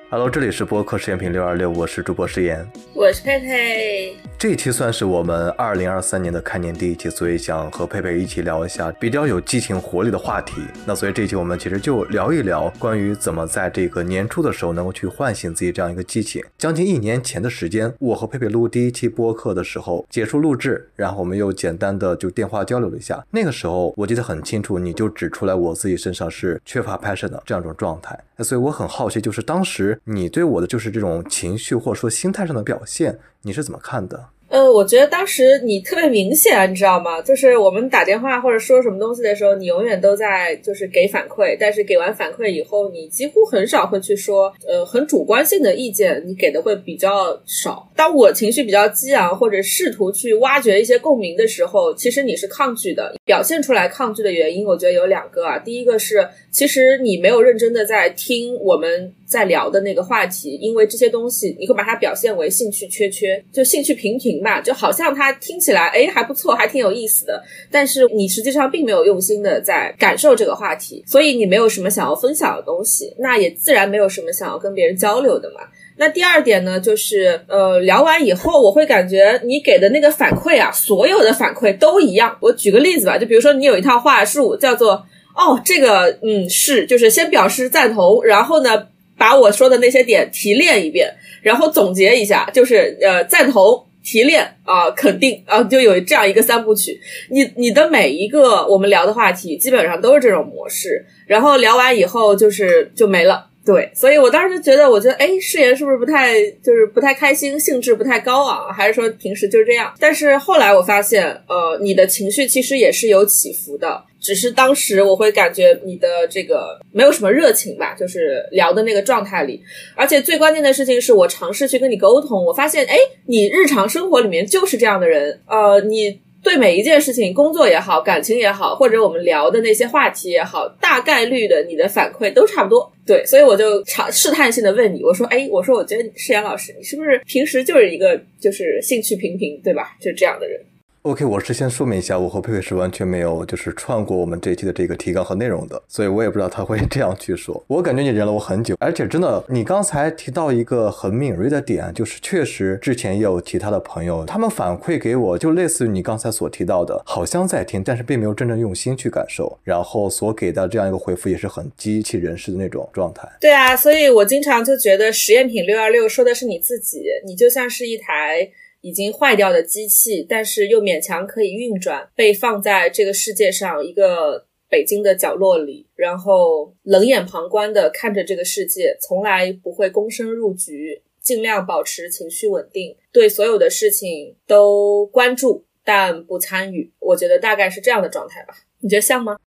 Hello， 这里是播客实验品626，我是主播石岩， 我是佩佩。 这一期算是我们2023年的开年第一期，所以想和佩佩一起聊一下比较有激情活力的话题。那所以这一期我们其实就聊一聊关于怎么在这个年初的时候能够去唤醒自己这样一个激情。将近1年前的时间，我和佩佩录第一期播客的时候结束录制，然后我们又简单的就电话交流了一下。那个时候我记得很清楚，你就指出来我自己身上是缺乏 passion 的这样一种状态。所以我很好奇，就是当时你对我的就是这种情绪或者说心态上的表现，你是怎么看的？ 我觉得当时你特别明显，你知道吗？就是我们打电话或者说什么东西的时候，你永远都在就是给反馈，但是给完反馈以后，你几乎很少会去说很主观性的意见，你给的会比较少。当我情绪比较激昂或者试图去挖掘一些共鸣的时候，其实你是抗拒的。表现出来抗拒的原因我觉得有2个啊。第一个是其实你没有认真的在听我们在聊的那个话题，因为这些东西你会把它表现为兴趣缺，就兴趣平平吧，就好像它听起来还不错，还挺有意思的，但是你实际上并没有用心的在感受这个话题，所以你没有什么想要分享的东西，那也自然没有什么想要跟别人交流的嘛。那第二点呢，就是聊完以后我会感觉你给的那个反馈啊，所有的反馈都一样。我举个例子吧，就比如说你有一套话术叫做这个是，就是先表示赞同，然后呢把我说的那些点提炼一遍，然后总结一下，就是赞同提炼肯定就有这样一个3部曲。你的每一个我们聊的话题基本上都是这种模式，然后聊完以后就没了。对，所以我当时就觉得誓言是不是不太开心，兴致不太高啊，还是说平时就是这样。但是后来我发现你的情绪其实也是有起伏的，只是当时我会感觉你的这个没有什么热情吧，就是聊的那个状态里。而且最关键的事情是我尝试去跟你沟通，我发现你日常生活里面就是这样的人，你对每一件事情，工作也好，感情也好，或者我们聊的那些话题也好，大概率的你的反馈都差不多。对，所以我就试探性的问你，我说我觉得诗妍老师，你是不是平时就是一个就是兴趣平平，对吧？就这样的人。 OK， 我是先说明一下，我和佩佩是完全没有就是串过我们这一期的这个提纲和内容的，所以我也不知道他会这样去说。我感觉你忍了我很久，而且真的，你刚才提到一个很敏锐的点，就是确实之前也有其他的朋友，他们反馈给我，就类似于你刚才所提到的，好像在听，但是并没有真正用心去感受，然后所给的这样一个回复也是很机器人式的那种状态。 对啊，所以我经常就觉得实验品626说的是你自己，你就像是一台已经坏掉的机器，但是又勉强可以运转，被放在这个世界上一个北京的角落里，然后冷眼旁观的看着这个世界，从来不会躬身入局，尽量保持情绪稳定，对所有的事情都关注但不参与。我觉得大概是这样的状态吧，你觉得像吗？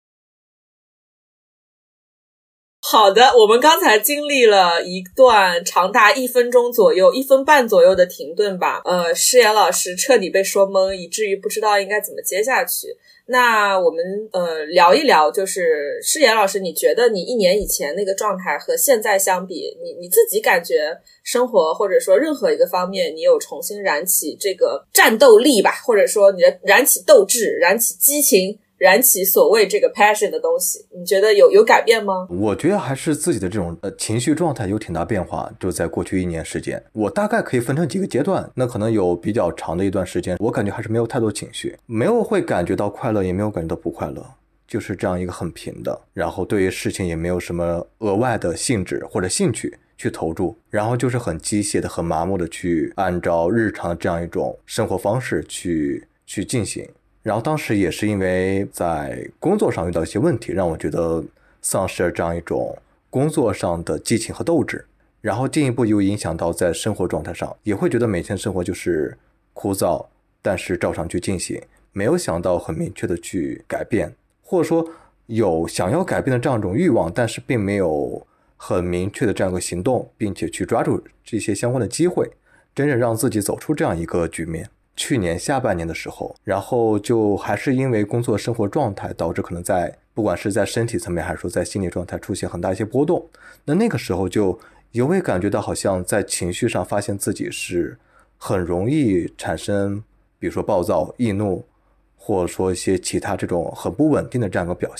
好的，我们刚才经历了一段长达1分钟左右1分半左右的停顿吧，诗妍老师彻底被说懵，以至于不知道应该怎么接下去。那我们聊一聊，就是诗妍老师，你觉得你1年以前那个状态和现在相比，你自己感觉生活或者说任何一个方面，你有重新燃起这个战斗力吧，或者说你的燃起斗志，燃起激情，燃起所谓这个 passion 的东西，你觉得有改变吗？ 我觉得还是自己的这种情绪状态有挺大变化，就在过去1年时间，我大概可以分成几个阶段。那可能有比较长的一段时间，我感觉还是没有太多情绪，没有会感觉到快乐，也没有感觉到不快乐，就是这样一个很平的，然后对于事情也没有什么额外的兴致或者兴趣去投入，然后就是很机械的很麻木的去按照日常的这样一种生活方式去进行。然后当时也是因为在工作上遇到一些问题，让我觉得丧失了这样一种工作上的激情和斗志，然后进一步又影响到在生活状态上，也会觉得每天生活就是枯燥，但是照常去进行，没有想到很明确的去改变，或者说有想要改变的这样一种欲望，但是并没有很明确的这样一个行动，并且去抓住这些相关的机会，真正让自己走出这样一个局面。去年下半年的时候，然后就还是因为工作生活状态导致可能在不管是在身体层面还是说在心理状态出现很大一些波动，那个时候就尤为感觉到好像在情绪上发现自己是很容易产生比如说暴躁易怒，或者说一些其他这种很不稳定的这样一个表现。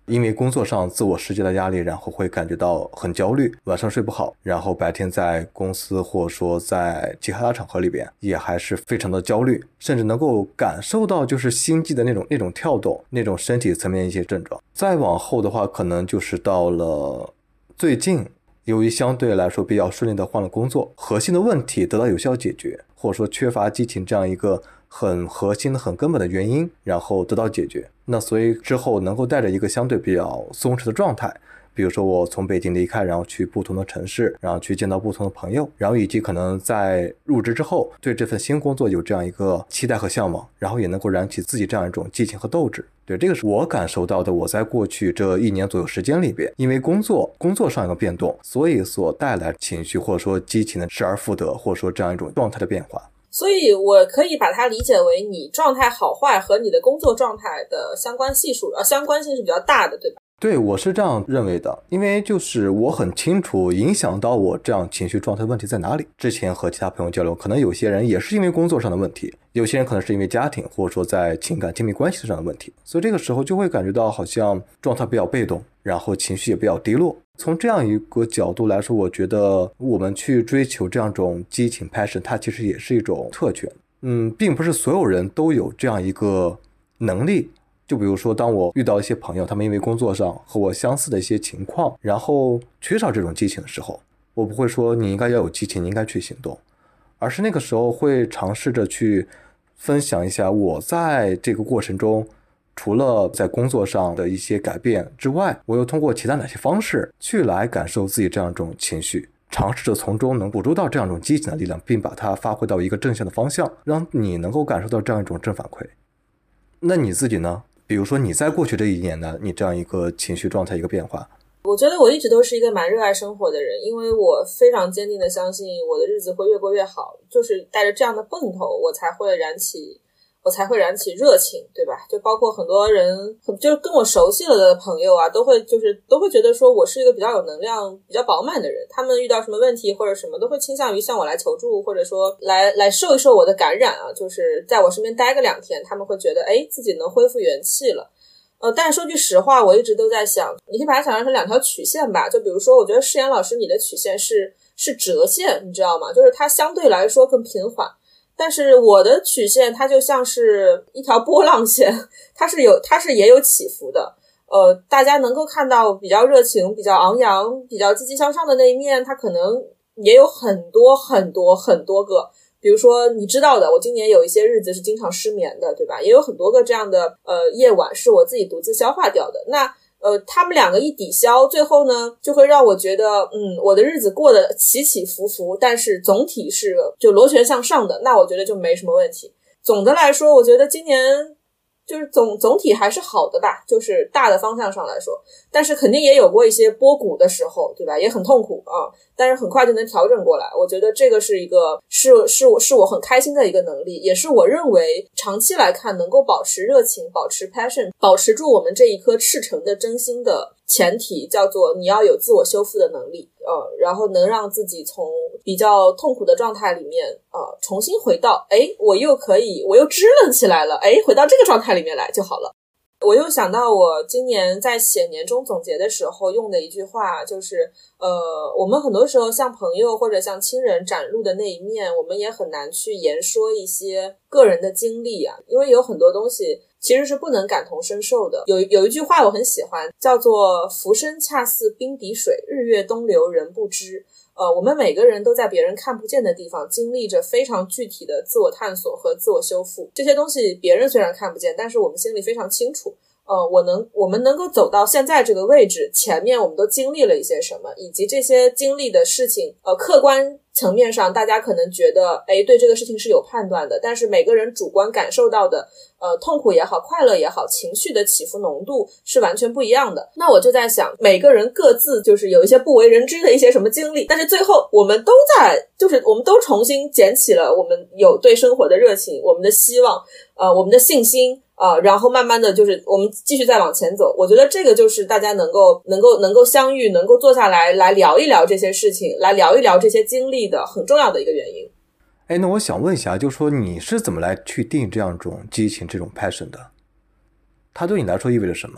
因为工作上自我世界的压力，然后会感觉到很焦虑，晚上睡不好，然后白天在公司或者说在其他的场合里边也还是非常的焦虑，甚至能够感受到就是心悸的那种跳动，那种身体层面一些症状。再往后的话，可能就是到了最近，由于相对来说比较顺利的换了工作，核心的问题得到有效解决，或者说缺乏激情这样一个很核心的很根本的原因，然后得到解决。那所以之后能够带着一个相对比较松弛的状态，比如说我从北京离开，然后去不同的城市，然后去见到不同的朋友，然后以及可能在入职之后对这份新工作有这样一个期待和向往，然后也能够燃起自己这样一种激情和斗志。对，这个是我感受到的，我在过去这1年左右时间里边，因为工作上一个变动，所以所带来情绪或者说激情的失而复得，或者说这样一种状态的变化。 所以我可以把它理解为你状态好坏和你的工作状态的相关系数，相关性是比较大的，对吧？ 对，我是这样认为的，因为就是我很清楚影响到我这样情绪状态的问题在哪里。之前和其他朋友交流，可能有些人也是因为工作上的问题，有些人可能是因为家庭或者说在情感亲密关系上的问题，所以这个时候就会感觉到好像状态比较被动，然后情绪也比较低落。从这样一个角度来说，我觉得我们去追求这样一种激情 passion， 它其实也是一种特权。并不是所有人都有这样一个能力。就比如说当我遇到一些朋友，他们因为工作上和我相似的一些情况，然后缺少这种激情的时候，我不会说你应该要有激情，你应该去行动，而是那个时候会尝试着去分享一下我在这个过程中除了在工作上的一些改变之外，我又通过其他哪些方式去来感受自己这样一种情绪，尝试着从中能捕捉到这样一种激情的力量，并把它发挥到一个正向的方向，让你能够感受到这样一种正反馈。那你自己呢？比如说你在过去这1年呢，你这样一个情绪状态一个变化。 我觉得我一直都是一个蛮热爱生活的人，因为我非常坚定的相信我的日子会越过越好，就是带着这样的奔头，我才会燃起热情，对吧？就包括很多人，就是跟我熟悉了的朋友啊，都会觉得说我是一个比较有能量、比较饱满的人。他们遇到什么问题或者什么，都会倾向于向我来求助，或者说来受一受我的感染啊，就是在我身边待个2天，他们会觉得自己能恢复元气了。但是说句实话，我一直都在想，你可以把它想象成2条曲线吧。就比如说，我觉得诗妍老师你的曲线是折线，你知道吗？就是它相对来说更平缓。但是我的曲线它就像是一条波浪线，它是也有起伏的。大家能够看到比较热情、比较昂扬、比较积极向上的那一面，它可能也有很多很多很多个。比如说你知道的，我今年有一些日子是经常失眠的，对吧？也有很多个这样的夜晚是我自己独自消化掉的。那他们2个一抵消，最后呢就会让我觉得我的日子过得起起伏伏，但是总体是就螺旋向上的，那我觉得就没什么问题。总的来说，我觉得今年就是总体还是好的吧，就是大的方向上来说，但是肯定也有过一些波谷的时候，对吧？也很痛苦啊，但是很快就能调整过来。我觉得这个是一个是我很开心的一个能力，也是我认为长期来看能够保持热情、保持 passion、保持住我们这一颗赤诚的真心的前提，叫做你要有自我修复的能力，然后能让自己从比较痛苦的状态里面重新回到我又支棱起来了，回到这个状态里面来就好了。我又想到我今年在写年终总结的时候用的一句话，就是我们很多时候向朋友或者向亲人展露的那一面，我们也很难去言说一些个人的经历啊，因为有很多东西其实是不能感同身受的。有一句话我很喜欢，叫做浮生恰似冰滴水，日月东流人不知。我们每个人都在别人看不见的地方经历着非常具体的自我探索和自我修复，这些东西别人虽然看不见，但是我们心里非常清楚。我们能够走到现在这个位置，前面我们都经历了一些什么，以及这些经历的事情客观层面上大家可能觉得对这个事情是有判断的，但是每个人主观感受到的痛苦也好，快乐也好，情绪的起伏浓度是完全不一样的。那我就在想，每个人各自就是有一些不为人知的一些什么经历，但是最后我们都我们都重新捡起了我们有对生活的热情，我们的希望，我们的信心，然后慢慢的就是我们继续再往前走。我觉得这个就是大家能够相遇，能够坐下来聊一聊这些事情，来聊一聊这些经历的很重要的一个原因。 那我想问一下，就是说你是怎么来去定这样一种激情，这种 passion 的？它对你来说意味着什么？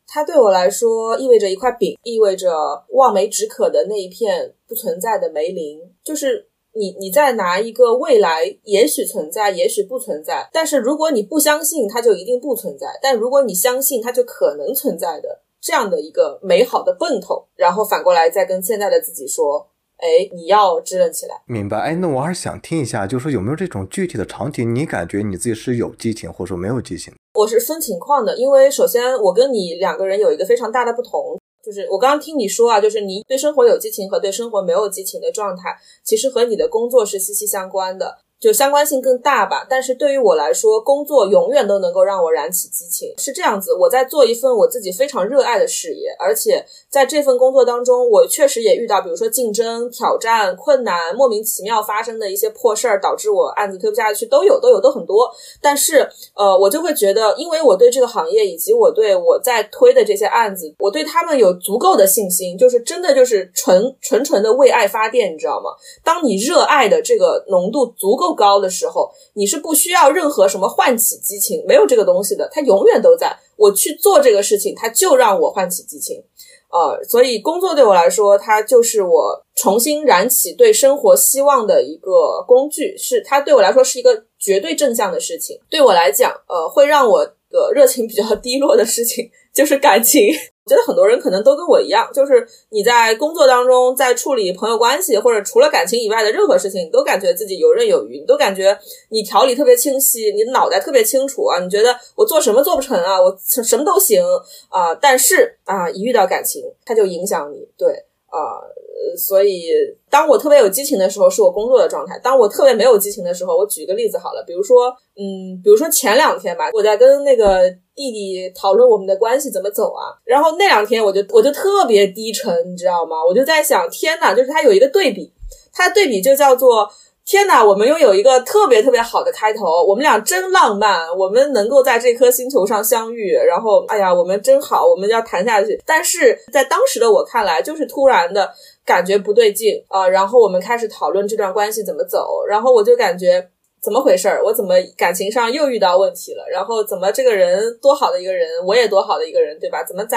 它对我来说意味着一块饼，意味着望梅止渴的那一片不存在的梅林。就是你再拿一个未来也许存在也许不存在，但是如果你不相信它就一定不存在，但如果你相信它就可能存在的这样的一个美好的奔头，然后反过来再跟现在的自己说，你要支棱起来。 明白。那我还是想听一下，就是说有没有这种具体的场景，你感觉你自己是有激情，或者说没有激情？ 我是分情况的，因为首先我跟你两个人有一个非常大的不同，就是我刚刚听你说啊，就是你对生活有激情和对生活没有激情的状态，其实和你的工作是息息相关的，就相关性更大吧。但是对于我来说，工作永远都能够让我燃起激情。是这样子，我在做一份我自己非常热爱的事业，而且在这份工作当中，我确实也遇到比如说竞争、挑战、困难，莫名其妙发生的一些破事儿，导致我案子推不下去，都很多。但是我就会觉得，因为我对这个行业以及我对我在推的这些案子，我对他们有足够的信心，就是真的就是纯的为爱发电，你知道吗？当你热爱的这个浓度足够高的时候，你是不需要任何什么唤起激情，没有这个东西的，它永远都在。我去做这个事情，它就让我唤起激情。所以工作对我来说，它就是我重新燃起对生活希望的一个工具，它对我来说是一个绝对正向的事情。对我来讲，会让我的热情比较低落的事情就是感情。我觉得很多人可能都跟我一样，就是你在工作当中，在处理朋友关系或者除了感情以外的任何事情，你都感觉自己游刃有余，你都感觉你条理特别清晰，你脑袋特别清楚啊，你觉得我做什么做不成啊，我什么都行啊，但是一遇到感情它就影响你。对所以当我特别有激情的时候是我工作的状态，当我特别没有激情的时候，我举一个例子好了，比如说前2天吧，我在跟那个弟弟讨论我们的关系怎么走啊，然后那2天我就特别低沉，你知道吗？我就在想，天哪，就是他有一个对比，他的对比就叫做天哪，我们拥有一个特别特别好的开头，我们俩真浪漫，我们能够在这颗星球上相遇，然后哎呀我们真好，我们要谈下去。但是在当时的我看来，就是突然的感觉不对劲然后我们开始讨论这段关系怎么走，然后我就感觉怎么回事儿？我怎么感情上又遇到问题了？然后怎么这个人多好的一个人，我也多好的一个人，对吧？怎么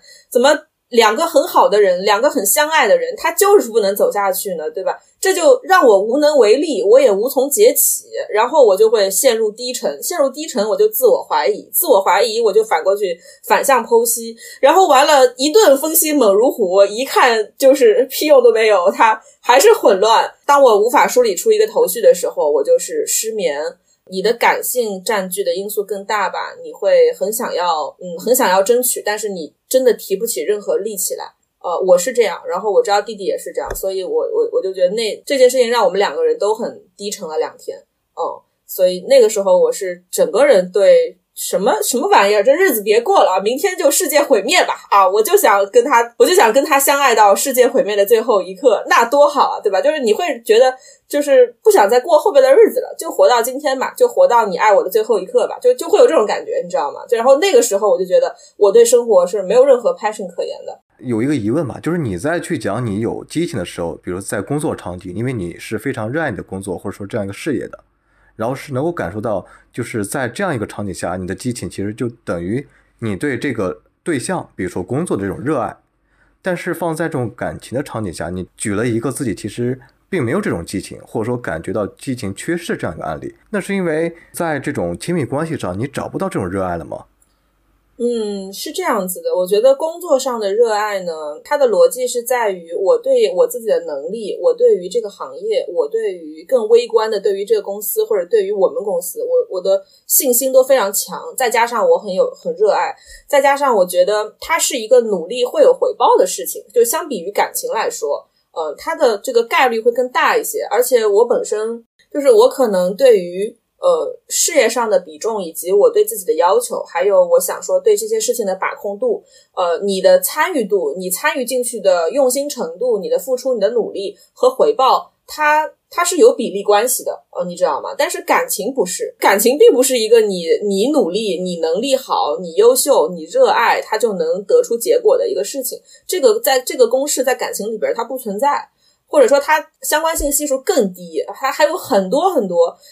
2个很好的人，2个很相爱的人，他就是不能走下去呢，对吧？这就让我无能为力，我也无从解起，然后我就会陷入低沉，我就自我怀疑，我就反向剖析，然后完了一顿分析猛如虎，一看就是屁用都没有，它还是混乱。当我无法梳理出一个头绪的时候，我就是失眠。你的感性占据的因素更大吧，你会很想要争取，但是你真的提不起任何力气来。我是这样，然后我知道弟弟也是这样，所以我就觉得这件事情让我们2个人都很低沉了2天。所以那个时候我是整个人对什么玩意儿，这日子别过了，明天就世界毁灭吧我就想跟他相爱到世界毁灭的最后一刻，那多好啊，对吧？就是你会觉得就是不想再过后边的日子了，就活到今天吧，就活到你爱我的最后一刻吧，就会有这种感觉，你知道吗？然后那个时候我就觉得我对生活是没有任何 passion 可言的。 有一个疑问吧，就是你在去讲你有激情的时候，比如在工作场景，因为你是非常热爱你的工作或者说这样一个事业的，然后是能够感受到就是在这样一个场景下，你的激情其实就等于你对这个对象比如说工作的这种热爱。但是放在这种感情的场景下，你举了一个自己其实并没有这种激情，或者说感觉到激情缺失这样一个案例，那是因为在这种亲密关系上你找不到这种热爱了吗？ 是这样子的。我觉得工作上的热爱呢，它的逻辑是在于我对我自己的能力，我对于这个行业，我对于更微观的对于这个公司或者对于我们公司，我的信心都非常强，再加上我很热爱，再加上我觉得它是一个努力会有回报的事情，就相比于感情来说它的这个概率会更大一些。而且我本身就是我可能对于事业上的比重，以及我对自己的要求，还有我想说对这些事情的把控度，你的参与度，你参与进去的用心程度，你的付出，你的努力和回报，它是有比例关系的你知道吗？但是感情不是，感情并不是一个你努力，你能力好，你优秀，你热爱，它就能得出结果的一个事情。这个在这个公式在感情里边它不存在，或者说它相关性系数更低，它还有很多很多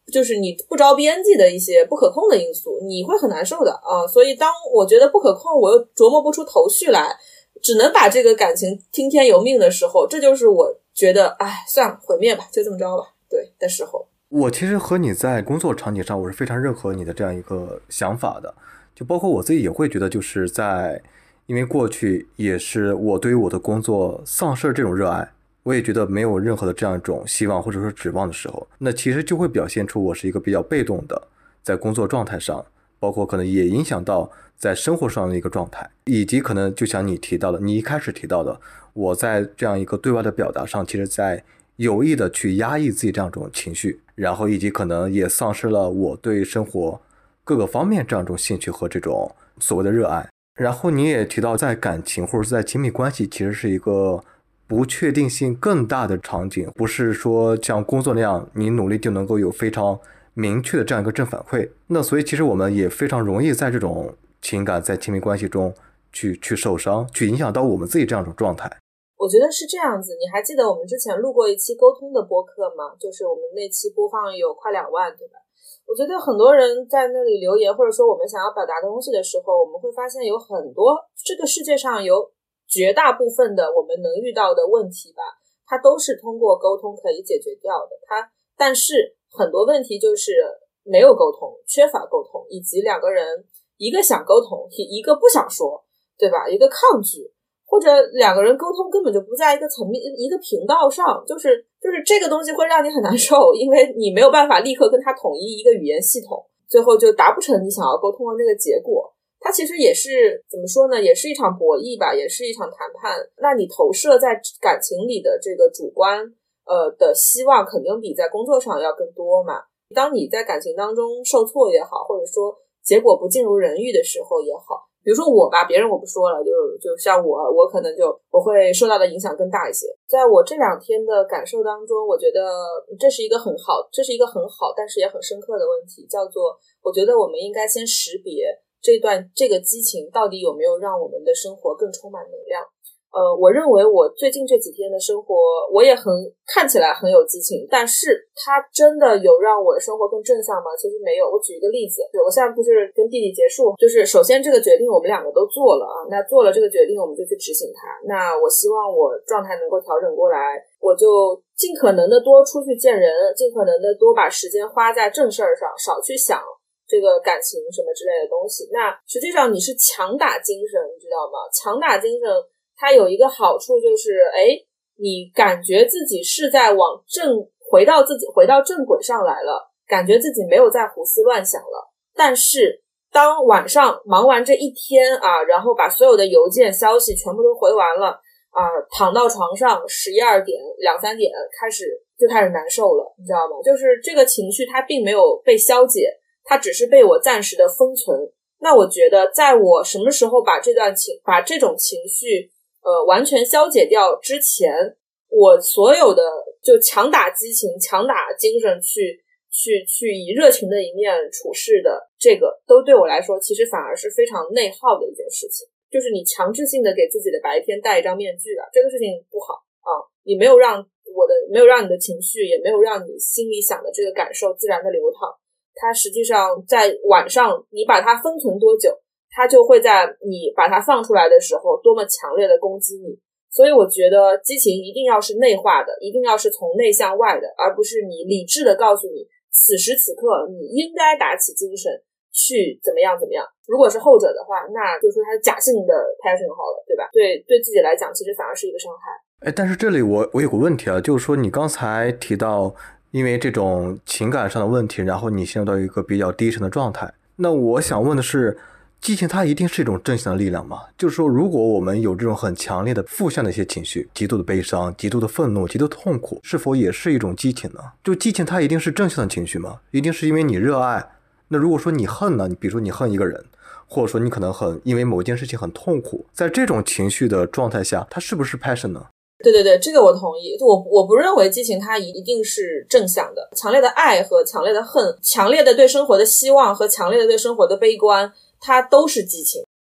就是你不着边际的一些不可控的因素，你会很难受的啊。所以当我觉得不可控，我又琢磨不出头绪来，只能把这个感情听天由命的时候，这就是我觉得算了，毁灭吧，就这么着吧，对的时候。 我其实和你在工作场景上，我是非常认可你的这样一个想法的，就包括我自己也会觉得，就是因为过去也是我对于我的工作丧失了这种热爱，我也觉得没有任何的这样一种希望或者说指望的时候，那其实就会表现出我是一个比较被动的，在工作状态上，包括可能也影响到在生活上的一个状态，以及可能就像你提到的，你一开始提到的，我在这样一个对外的表达上，其实在有意的去压抑自己这样一种情绪，然后以及可能也丧失了我对生活各个方面这样一种兴趣和这种所谓的热爱。然后你也提到，在感情或者是在亲密关系，其实是一个不确定性更大的场景，不是说像工作那样，你努力就能够有非常明确的这样一个正反馈。那所以其实我们也非常容易在这种情感在亲密关系中去受伤，去影响到我们自己这样一种状态。 我觉得是这样子，你还记得我们之前录过一期沟通的播客吗？就是我们那期播放有快2万，对吧？我觉得很多人在那里留言，或者说我们想要表达东西的时候，我们会发现有很多这个世界上有绝大部分的我们能遇到的问题吧，它都是通过沟通可以解决掉的。但是很多问题就是没有沟通，缺乏沟通，以及两个人一个想沟通，一个不想说，对吧？一个抗拒，或者两个人沟通根本就不在一个层面一个频道上，就是这个东西会让你很难受，因为你没有办法立刻跟他统一一个语言系统，最后就达不成你想要沟通的那个结果。它其实也是怎么说呢，也是一场博弈吧，也是一场谈判。那你投射在感情里的这个主观的希望肯定比在工作上要更多嘛。当你在感情当中受挫也好，或者说结果不尽如人意的时候也好，比如说我吧，别人我不说了，就像我可能我会受到的影响更大一些。在我这2天的感受当中，我觉得这是一个很好但是也很深刻的问题，叫做我觉得我们应该先识别这个激情到底有没有让我们的生活更充满能量。我认为我最近这几天的生活，我也看起来很有激情，但是它真的有让我的生活更正向吗？其实没有。我举一个例子，我现在不是跟弟弟结束，就是首先这个决定我们2个都做了啊，那做了这个决定我们就去执行它。那我希望我状态能够调整过来，我就尽可能的多出去见人，尽可能的多把时间花在正事儿上，少去想这个感情什么之类的东西。那实际上你是强打精神，你知道吗？强打精神它有一个好处就是，你感觉自己是在回到正轨上来了，感觉自己没有在胡思乱想了。但是当晚上忙完这一天啊，然后把所有的邮件消息全部都回完了啊，躺到床上11、2点、2、3点开始难受了，你知道吗？就是这个情绪它并没有被消解，它只是被我暂时的封存。那我觉得在我什么时候把这种情绪完全消解掉之前，我所有的就强打激情、强打精神去以热情的一面处事的，这个都对我来说其实反而是非常内耗的一件事情。就是你强制性的给自己的白天戴一张面具了，这个事情不好啊！你没有让你的情绪，也没有让你心里想的这个感受自然的流淌。它实际上在晚上你把它封存多久，它就会在你把它放出来的时候多么强烈的攻击你。所以我觉得激情一定要是内化的，一定要是从内向外的，而不是你理智的告诉你此时此刻你应该打起精神去怎么样。如果是后者的话，那就说它是假性的 passion 好了，对吧？对自己来讲其实反而是一个伤害。 但是这里我有个问题啊，就是说你刚才提到因为这种情感上的问题，然后你陷入到一个比较低沉的状态。那我想问的是，激情它一定是一种正向的力量吗？就是说如果我们有这种很强烈的负向的一些情绪，极度的悲伤、极度的愤怒、极度的痛苦，是否也是一种激情呢？就激情它一定是正向的情绪吗？一定是因为你热爱？那如果说你恨呢，比如说你恨一个人，或者说你可能因为某件事情很痛苦，在这种情绪的状态下，它是不是 passion 呢？ 对，这个我同意。我不认为激情它一定是正向的，强烈的爱和强烈的恨，强烈的对生活的希望和强烈的对生活的悲观，它都是激情。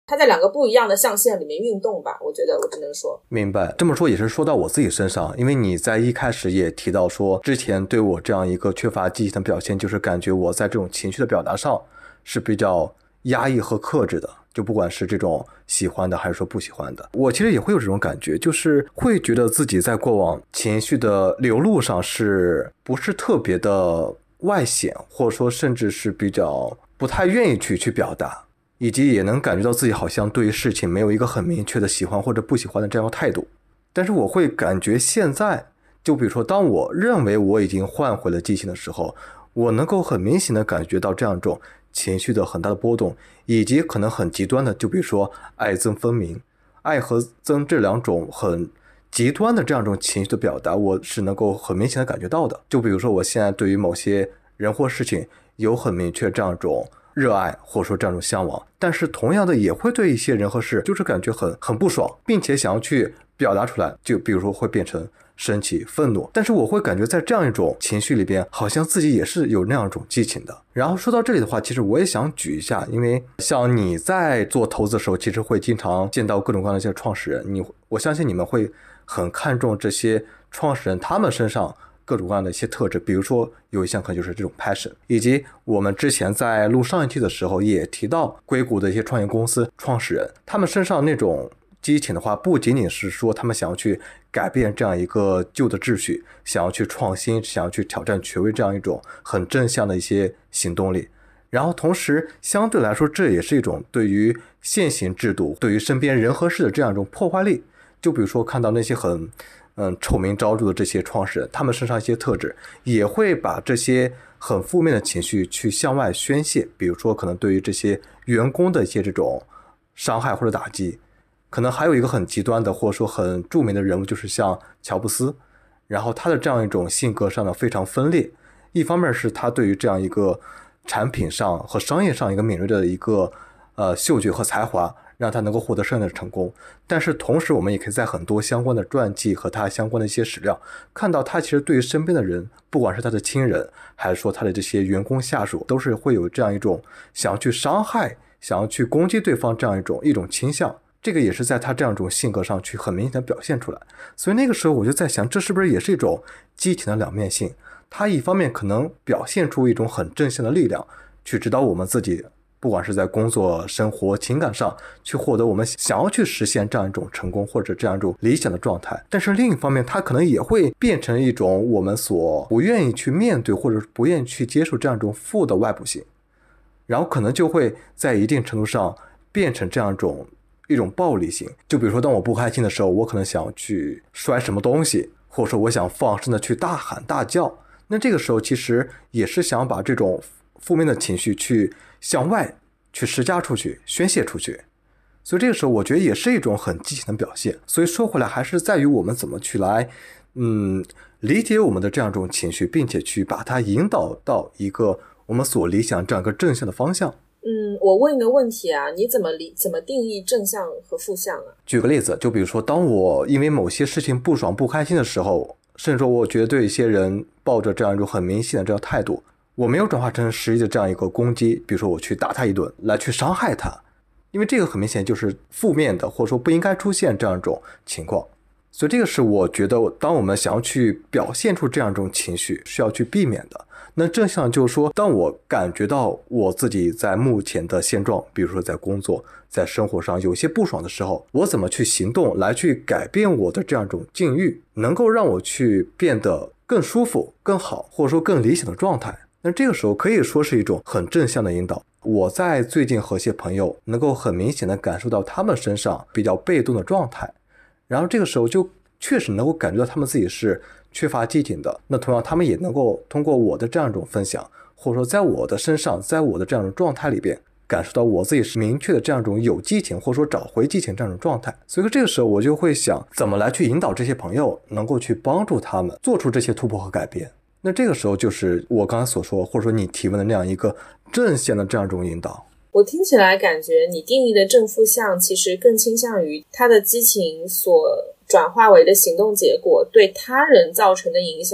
它在两个不一样的象限里面运动吧，我觉得我只能说。 明白，这么说也是说到我自己身上，因为你在一开始也提到说，之前对我这样一个缺乏激情的表现，就是感觉我在这种情绪的表达上是比较压抑和克制的，就不管是这种喜欢的还是说不喜欢的，我其实也会有这种感觉，就是会觉得自己在过往情绪的流露上是不是特别的外显，或者说甚至是比较不太愿意去表达，以及也能感觉到自己好像对于事情没有一个很明确的喜欢或者不喜欢的这样的态度。但是我会感觉现在，就比如说当我认为我已经换回了激情的时候，我能够很明显的感觉到这样一种情绪的很大的波动，以及可能很极端的，就比如说爱憎分明，爱和憎这两种很极端的这样一种情绪的表达，我是能够很明显的感觉到的。就比如说我现在对于某些人或事情有很明确这样一种热爱或者说这样一种向往，但是同样的也会对一些人和事就是感觉很不爽，并且想要去表达出来，就比如说会变成生气愤怒，但是我会感觉在这样一种情绪里边好像自己也是有那样一种激情的。然后说到这里的话，其实我也想举一下，因为像你在做投资的时候其实会经常见到各种各样的一些创始人，我相信你们会很看重这些创始人他们身上各种各样的一些特质，比如说有一项可能就是这种 passion， 以及我们之前在录上一期的时候也提到硅谷的一些创业公司创始人，他们身上那种激情的话，不仅仅是说他们想要去改变这样一个旧的秩序，想要去创新，想要去挑战权威这样一种很正向的一些行动力，然后同时相对来说这也是一种对于现行制度对于身边人和事的这样一种破坏力。就比如说看到那些很臭名昭著的这些创始人，他们身上一些特质也会把这些很负面的情绪去向外宣泄，比如说可能对于这些员工的一些这种伤害或者打击。可能还有一个很极端的或者说很著名的人物就是像乔布斯，然后他的这样一种性格上的非常分裂，一方面是他对于这样一个产品上和商业上一个敏锐的一个嗅觉和才华，让他能够获得胜利的成功。但是同时我们也可以在很多相关的传记和他相关的一些史料看到，他其实对于身边的人，不管是他的亲人还是说他的这些员工下属，都是会有这样一种想要去伤害想要去攻击对方这样一种倾向，这个也是在他这样一种性格上去很明显的表现出来。所以那个时候我就在想，这是不是也是一种激情的两面性，他一方面可能表现出一种很正向的力量，去指导我们自己不管是在工作生活情感上去获得我们想要去实现这样一种成功或者这样一种理想的状态，但是另一方面它可能也会变成一种我们所不愿意去面对或者不愿意去接受这样一种负的外部性，然后可能就会在一定程度上变成这样一种暴力性。就比如说当我不开心的时候，我可能想去摔什么东西，或者说我想放声的去大喊大叫，那这个时候其实也是想把这种负面的情绪去向外去施加出去宣泄出去，所以这个时候我觉得也是一种很激情的表现。所以说回来还是在于我们怎么去来理解我们的这样一种情绪，并且去把它引导到一个我们所理想这样一个正向的方向。 我问一个问题啊，你怎么定义正向和负向啊？ 举个例子，就比如说当我因为某些事情不爽不开心的时候，甚至说我觉得对一些人抱着这样一种很明显的这样态度，我没有转化成实际的这样一个攻击，比如说我去打他一顿来去伤害他，因为这个很明显就是负面的，或者说不应该出现这样一种情况。所以这个是我觉得当我们想要去表现出这样一种情绪需要去避免的。那正向就是说，当我感觉到我自己在目前的现状，比如说在工作在生活上有些不爽的时候，我怎么去行动来去改变我的这样一种境遇，能够让我去变得更舒服更好，或者说更理想的状态。那这个时候可以说是一种很正向的引导。我在最近和一些朋友能够很明显的感受到他们身上比较被动的状态，然后这个时候就确实能够感觉到他们自己是缺乏激情的。那同样他们也能够通过我的这样一种分享，或者说在我的身上，在我的这样一种状态里边感受到我自己是明确的这样一种有激情，或者说找回激情这样一种状态。所以这个时候我就会想怎么来去引导这些朋友，能够去帮助他们做出这些突破和改变。那这个时候就是我刚才所说，或者说你提问的那样一个正向的这样一种引导。 我听起来感觉你定义的正负向其实更倾向于他的激情所转化为的行动结果对他人造成的影响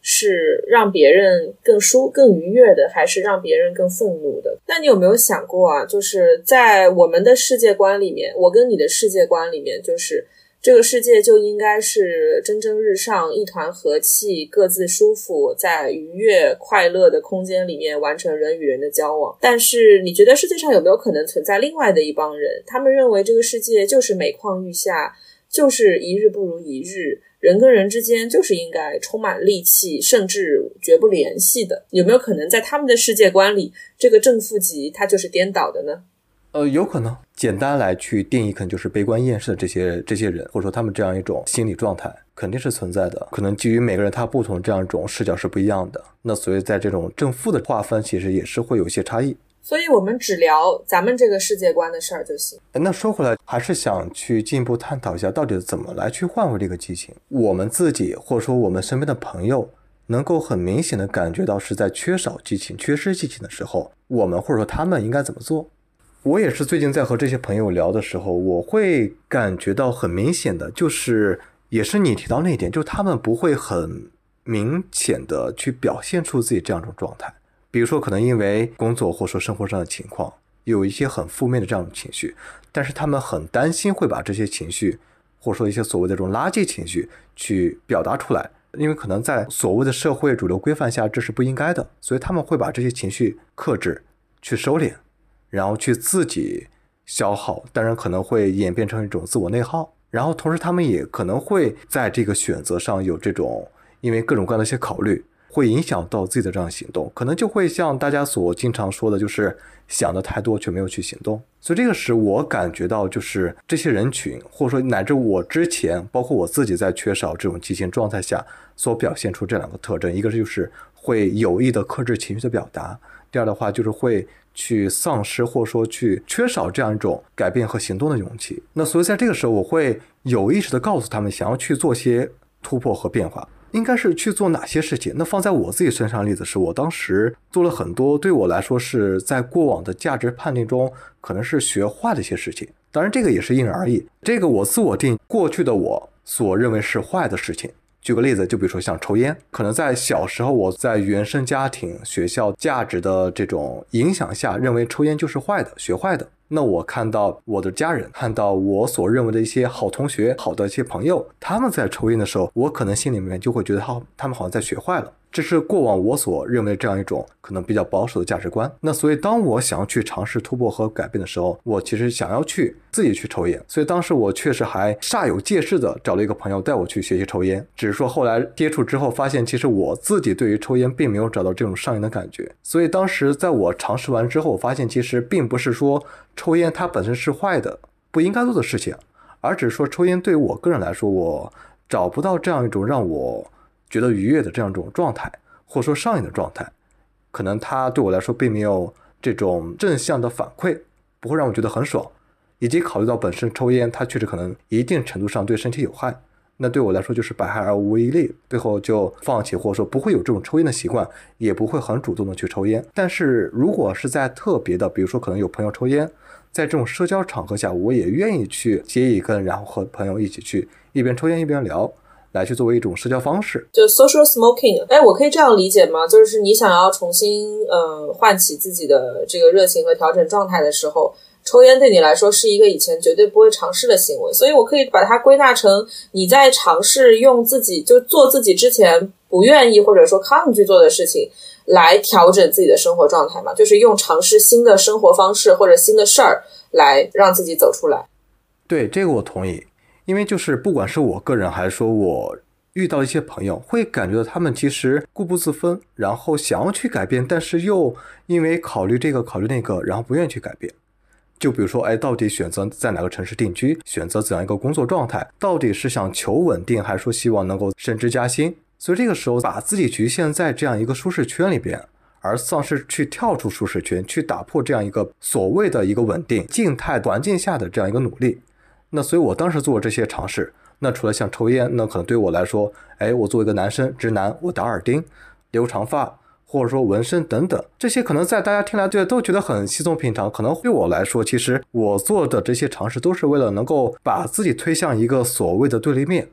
是让别人更愉悦的，还是让别人更愤怒的？那你有没有想过啊，就是在我们的世界观里面，我跟你的世界观里面，就是这个世界就应该是蒸蒸日上，一团和气，各自舒服，在愉悦快乐的空间里面完成人与人的交往。但是你觉得世界上有没有可能存在另外的一帮人，他们认为这个世界就是每况愈下，就是一日不如一日，人跟人之间就是应该充满戾气，甚至绝不联系的？有没有可能在他们的世界观里，这个正负极它就是颠倒的呢？ 有可能简单来去定义，可能就是悲观厌世的这些人，或者说他们这样一种心理状态肯定是存在的，可能基于每个人他不同这样一种视角是不一样的，那所以在这种正负的划分其实也是会有一些差异， 所以我们只聊咱们这个世界观的事儿就行。 那说回来，还是想去进一步探讨一下，到底怎么来去换回这个激情。我们自己或者说我们身边的朋友能够很明显的感觉到是在缺少激情、缺失激情的时候，我们或者说他们应该怎么做。我也是最近在和这些朋友聊的时候，我会感觉到很明显的，就是也是你提到那一点，就是他们不会很明显的去表现出自己这样一种状态。比如说可能因为工作或者说生活上的情况有一些很负面的这样的情绪，但是他们很担心会把这些情绪或者说一些所谓的这种垃圾情绪去表达出来，因为可能在所谓的社会主流规范下这是不应该的，所以他们会把这些情绪克制去收敛，然后去自己消耗，当然可能会演变成一种自我内耗，然后同时他们也可能会在这个选择上有这种因为各种各样的一些考虑会影响到自己的这样行动，可能就会像大家所经常说的，就是想的太多却没有去行动。所以这个是我感觉到，就是这些人群或者说乃至我之前包括我自己在缺少这种激情状态下所表现出这两个特征，一个就是会有意的克制情绪的表达，第二的话就是会去丧失或者说去缺少这样一种改变和行动的勇气。那所以在这个时候我会有意识的告诉他们，想要去做些突破和变化应该是去做哪些事情。那放在我自己身上的例子是，我当时做了很多对我来说是在过往的价值判定中可能是学坏的一些事情，当然这个也是因人而异，这个我自我定过去的我所认为是坏的事情。举个例子，就比如说像抽烟，可能在小时候我在原生家庭学校价值的这种影响下认为抽烟就是坏的，学坏的，那我看到我的家人，看到我所认为的一些好同学好的一些朋友他们在抽烟的时候，我可能心里面就会觉得他们好像在学坏了，这是过往我所认为这样一种可能比较保守的价值观。那所以当我想要去尝试突破和改变的时候，我其实想要去自己去抽烟，所以当时我确实还煞有介事的找了一个朋友带我去学习抽烟，只是说后来接触之后发现其实我自己对于抽烟并没有找到这种上瘾的感觉，所以当时在我尝试完之后，我发现其实并不是说抽烟它本身是坏的不应该做的事情，而只是说抽烟对于我个人来说，我找不到这样一种让我觉得愉悦的这样一种状态，或者说上瘾的状态，可能它对我来说并没有这种正向的反馈，不会让我觉得很爽，以及考虑到本身抽烟它确实可能一定程度上对身体有害，那对我来说就是百害而无一利，最后就放弃，或者说不会有这种抽烟的习惯，也不会很主动的去抽烟。但是如果是在特别的，比如说可能有朋友抽烟，在这种社交场合下，我也愿意去接一根，然后和朋友一起去一边抽烟一边聊，来去作为一种社交方式， 就 social smoking。 我可以这样理解吗？就是你想要重新唤起自己的这个热情和调整状态的时候，抽烟对你来说是一个以前绝对不会尝试的行为，所以我可以把它归纳成你在尝试用自己就做自己之前不愿意或者说抗拒做的事情来调整自己的生活状态嘛，就是用尝试新的生活方式或者新的事儿来让自己走出来。 对，这个我同意，因为就是不管是我个人还是说我遇到一些朋友，会感觉到他们其实固步自封，然后想要去改变，但是又因为考虑这个考虑那个，然后不愿意去改变。就比如说到底选择在哪个城市定居，选择怎样一个工作状态，到底是想求稳定还是说希望能够升职加薪，所以这个时候把自己局限在这样一个舒适圈里边，而丧失去跳出舒适圈，去打破这样一个所谓的一个稳定静态环境下的这样一个努力。那所以我当时做这些尝试，那除了像抽烟，那可能对我来说我作为一个男生直男，我打耳钉留长发或者说纹身等等，这些可能在大家听来都觉得很稀松平常，可能对我来说其实我做的这些尝试都是为了能够把自己推向一个所谓的对立面，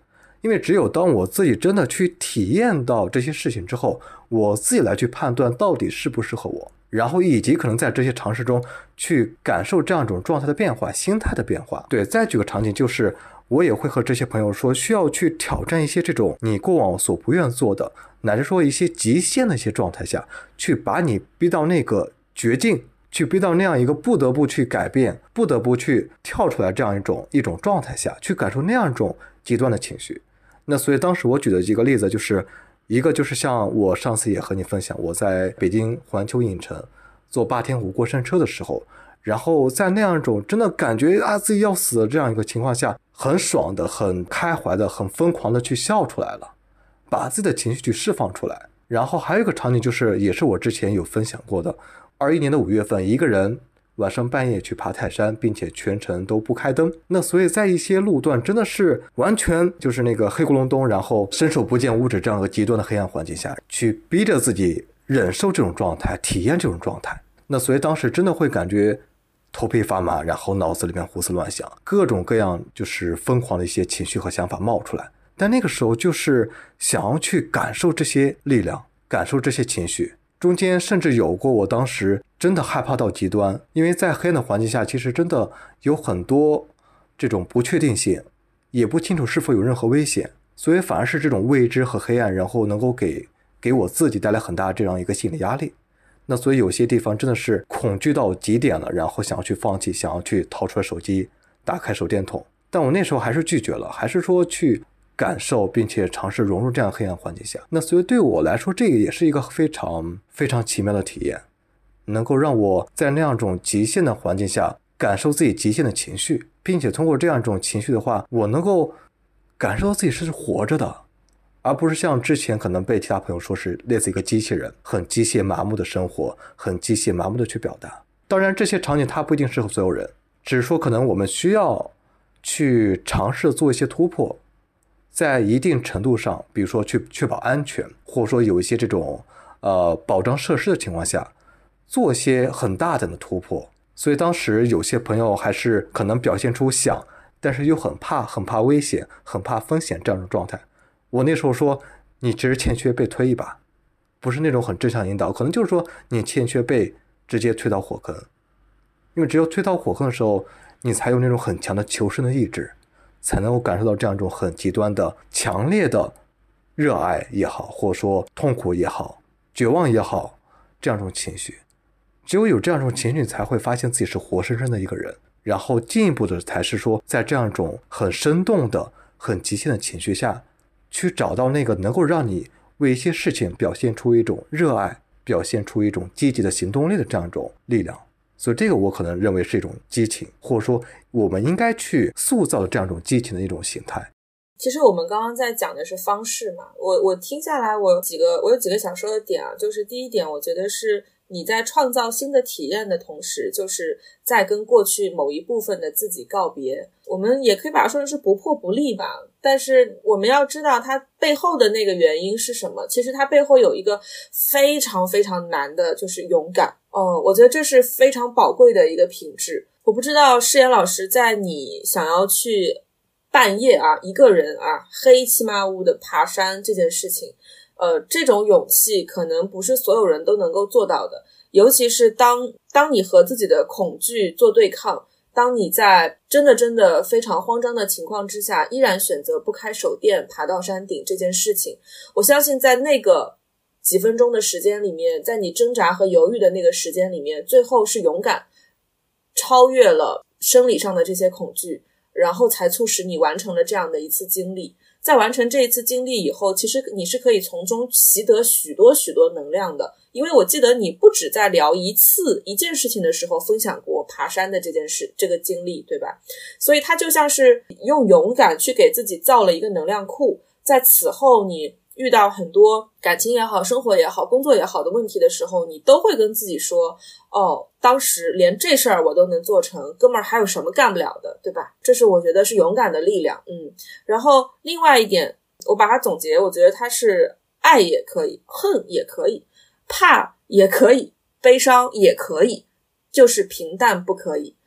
因为只有当我自己真的去体验到这些事情之后，我自己来去判断到底适不适合我，然后以及可能在这些尝试中去感受这样一种状态的变化，心态的变化。对，再举个场景，就是我也会和这些朋友说，需要去挑战一些这种你过往所不愿做的，乃至说一些极限的一些状态下，去把你逼到那个绝境，去逼到那样一个不得不去改变，不得不去跳出来这样一种状态下，去感受那样一种极端的情绪。那所以当时我举的几个例子，就是一个就是像我上次也和你分享，我在北京环球影城坐霸天虎过山车的时候，然后在那样一种真的感觉自己要死的这样一个情况下，很爽的、很开怀的、很疯狂的去笑出来了，把自己的情绪去释放出来。然后还有一个场景就是，也是我之前有分享过的，21年的5月份，一个人晚上半夜去爬泰山，并且全程都不开灯。那所以在一些路段真的是完全就是那个黑咕隆咚，然后伸手不见五指这样一个极端的黑暗环境下，去逼着自己忍受这种状态，体验这种状态。那所以当时真的会感觉头皮发麻，然后脑子里面胡思乱想，各种各样就是疯狂的一些情绪和想法冒出来。但那个时候就是想要去感受这些力量，感受这些情绪。中间甚至有过我当时真的害怕到极端，因为在黑暗的环境下，其实真的有很多这种不确定性，也不清楚是否有任何危险，所以反而是这种未知和黑暗，然后能够给我自己带来很大这样一个心理压力。那所以有些地方真的是恐惧到极点了，然后想要去放弃，想要去掏出来手机，打开手电筒，但我那时候还是拒绝了，还是说去感受并且尝试融入这样黑暗环境下。那所以对我来说，这个也是一个非常非常奇妙的体验，能够让我在那样一种极限的环境下感受自己极限的情绪，并且通过这样一种情绪的话，我能够感受到自己是活着的，而不是像之前可能被其他朋友说是类似一个机器人，很机械麻木的生活，很机械麻木的去表达。当然这些场景它不一定适合所有人，只是说可能我们需要去尝试做一些突破，在一定程度上，比如说去确保安全，或者说有一些这种保障设施的情况下，做一些很大胆的突破。所以当时有些朋友还是可能表现出想，但是又很怕危险，很怕风险这样的状态。我那时候说，你只是欠缺被推一把，不是那种很正向引导，可能就是说你欠缺被直接推到火坑，因为只有推到火坑的时候，你才有那种很强的求生的意志，才能够感受到这样一种很极端的强烈的热爱也好，或者说痛苦也好，绝望也好，这样一种情绪。只有这样一种情绪，你才会发现自己是活生生的一个人，然后进一步的才是说，在这样一种很生动的很极限的情绪下，去找到那个能够让你为一些事情表现出一种热爱，表现出一种积极的行动力的这样一种力量。所以这个我可能认为是一种激情，或者说我们应该去塑造的这样一种激情的一种形态。 其实我们刚刚在讲的是方式嘛，我听下来我有几个想说的点啊，就是第一点，我觉得是你在创造新的体验的同时，就是在跟过去某一部分的自己告别。我们也可以把它说成是不破不立吧，但是我们要知道它背后的那个原因是什么。其实它背后有一个非常非常难的，就是勇敢。我觉得这是非常宝贵的一个品质。我不知道诗妍老师在你想要去半夜一个人黑漆麻乌的爬山这件事情，这种勇气可能不是所有人都能够做到的，尤其是当你和自己的恐惧做对抗，当你在真的非常慌张的情况之下，依然选择不开手电爬到山顶这件事情，我相信在那个几分钟的时间里面，在你挣扎和犹豫的那个时间里面，最后是勇敢超越了生理上的这些恐惧，然后才促使你完成了这样的一次经历。在完成这一次经历以后，其实你是可以从中习得许多许多能量的。因为我记得你不止在聊一件事情的时候分享过爬山的这个经历，对吧？所以它就像是用勇敢去给自己造了一个能量库，在此后你遇到很多感情也好，生活也好，工作也好的问题的时候，你都会跟自己说，当时连这事儿我都能做成，哥们儿还有什么干不了的，对吧？这是我觉得是勇敢的力量。然后另外一点，我把它总结，我觉得它是爱也可以，恨也可以，怕也可以，悲伤也可以，就是平淡不可以。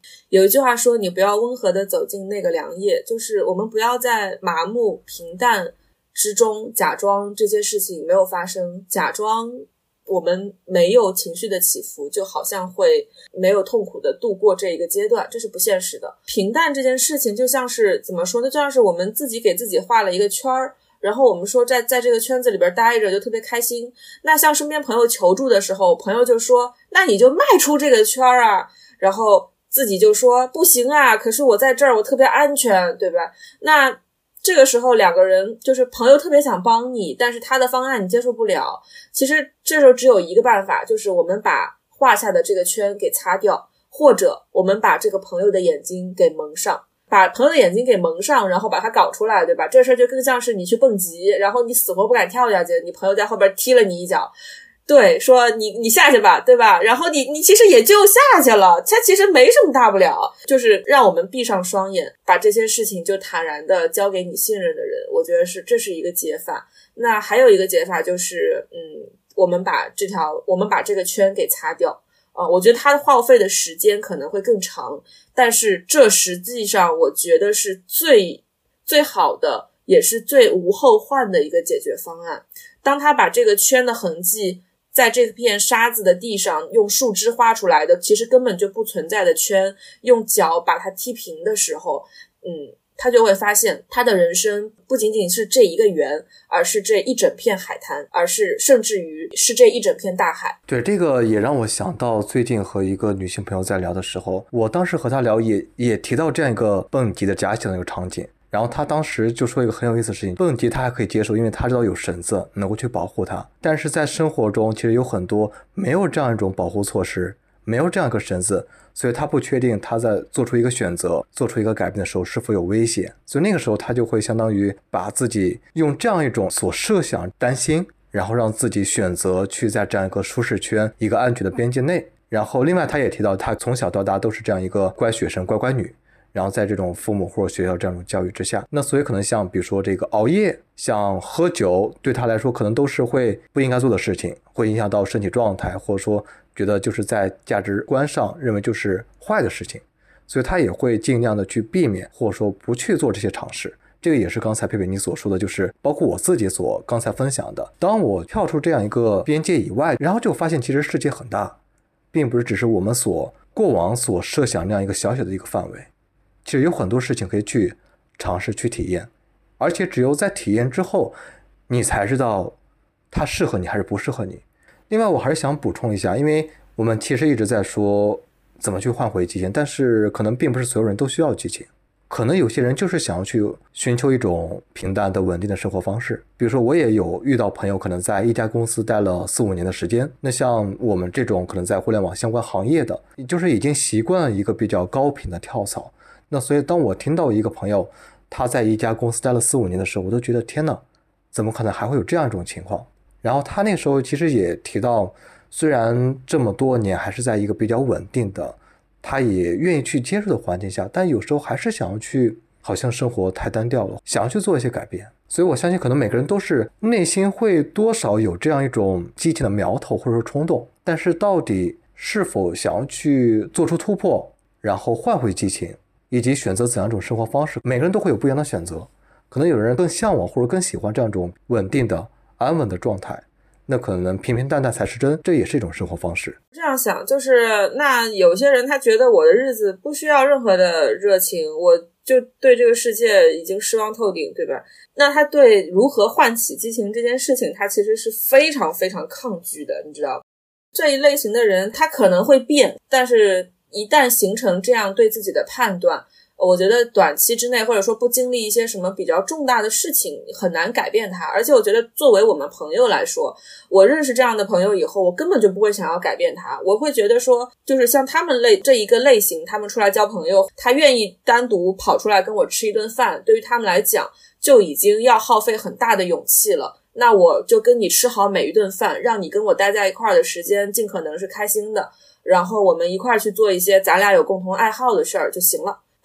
有一句话说，你不要温和的走进那个凉夜，就是我们不要在麻木平淡之中假装这些事情没有发生，假装我们没有情绪的起伏，就好像会没有痛苦的度过这一个阶段，这是不现实的。平淡这件事情就像是怎么说呢，就像是我们自己给自己画了一个圈儿，然后我们说在这个圈子里边待着就特别开心。那向身边朋友求助的时候，朋友就说那你就迈出这个圈儿啊，然后自己就说不行啊，可是我在这儿我特别安全，对吧？那这个时候两个人就是朋友特别想帮你，但是他的方案你接受不了，其实这时候只有一个办法，就是我们把画下的这个圈给擦掉，或者我们把这个朋友的眼睛给蒙上，把朋友的眼睛给蒙上，然后把它搞出来，对吧？这事儿就更像是你去蹦极，然后你死活不敢跳下去，你朋友在后边踢了你一脚，对，说你下去吧，对吧？然后你其实也就下去了，它其实没什么大不了，就是让我们闭上双眼，把这些事情就坦然的交给你信任的人，我觉得这是一个解法。那还有一个解法就是我们把这个圈给擦掉。我觉得它耗费的时间可能会更长，但是这实际上我觉得是最好的，也是最无后患的一个解决方案。当他把这个圈的痕迹在这片沙子的地上用树枝画出来的其实根本就不存在的圈，用脚把它踢平的时候，他就会发现他的人生不仅仅是这一个圆，而是这一整片海滩，而是甚至于是这一整片大海。 对，这个也让我想到最近和一个女性朋友在聊的时候，我当时和她聊也提到这样一个蹦极的假想的一个场景，然后她当时就说一个很有意思的事情，蹦极她还可以接受，因为她知道有绳子能够去保护她，但是在生活中其实有很多没有这样一种保护措施，没有这样一个绳子，所以他不确定他在做出一个选择做出一个改变的时候是否有危险，所以那个时候他就会相当于把自己用这样一种所设想担心，然后让自己选择去在这样一个舒适圈一个安全的边界内。然后另外他也提到他从小到大都是这样一个乖学生乖乖女，然后在这种父母或者学校这样一种教育之下，那所以可能像比如说这个熬夜像喝酒对他来说可能都是会不应该做的事情，会影响到身体状态，或者说觉得就是在价值观上认为就是坏的事情，所以他也会尽量的去避免或者说不去做这些尝试。这个也是刚才佩佩你所说的，就是包括我自己所刚才分享的，当我跳出这样一个边界以外，然后就发现其实世界很大，并不是只是我们所过往所设想那样一个小小的一个范围，其实有很多事情可以去尝试去体验，而且只有在体验之后你才知道它适合你还是不适合你。另外我还是想补充一下，因为我们其实一直在说怎么去换回激情，但是可能并不是所有人都需要激情，可能有些人就是想要去寻求一种平淡的稳定的生活方式。比如说我也有遇到朋友可能在一家公司待了4-5年的时间，那像我们这种可能在互联网相关行业的，就是已经习惯了一个比较高频的跳槽，那所以当我听到一个朋友他在一家公司待了4-5年的时候，我都觉得天哪，怎么可能还会有这样一种情况。然后他那时候其实也提到，虽然这么多年还是在一个比较稳定的他也愿意去接受的环境下，但有时候还是想要去，好像生活太单调了，想要去做一些改变。所以我相信可能每个人都是内心会多少有这样一种激情的苗头或者说冲动，但是到底是否想要去做出突破，然后换回激情，以及选择怎样一种生活方式，每个人都会有不一样的选择。可能有人更向往或者更喜欢这样一种稳定的安稳的状态，那可能平平淡淡才是真，这也是一种生活方式。 这样想就是那有些人他觉得我的日子不需要任何的热情，我就对这个世界已经失望透顶，对吧？那他对如何唤起激情这件事情他其实是非常非常抗拒的，你知道，这一类型的人他可能会变，但是一旦形成这样对自己的判断，我觉得短期之内或者说不经历一些什么比较重大的事情很难改变它。而且我觉得作为我们朋友来说，我认识这样的朋友以后，我根本就不会想要改变他。我会觉得说就是像他们这一个类型，他们出来交朋友，他愿意单独跑出来跟我吃一顿饭，对于他们来讲就已经要耗费很大的勇气了。那我就跟你吃好每一顿饭，让你跟我待在一块儿的时间尽可能是开心的，然后我们一块儿去做一些咱俩有共同爱好的事儿就行了。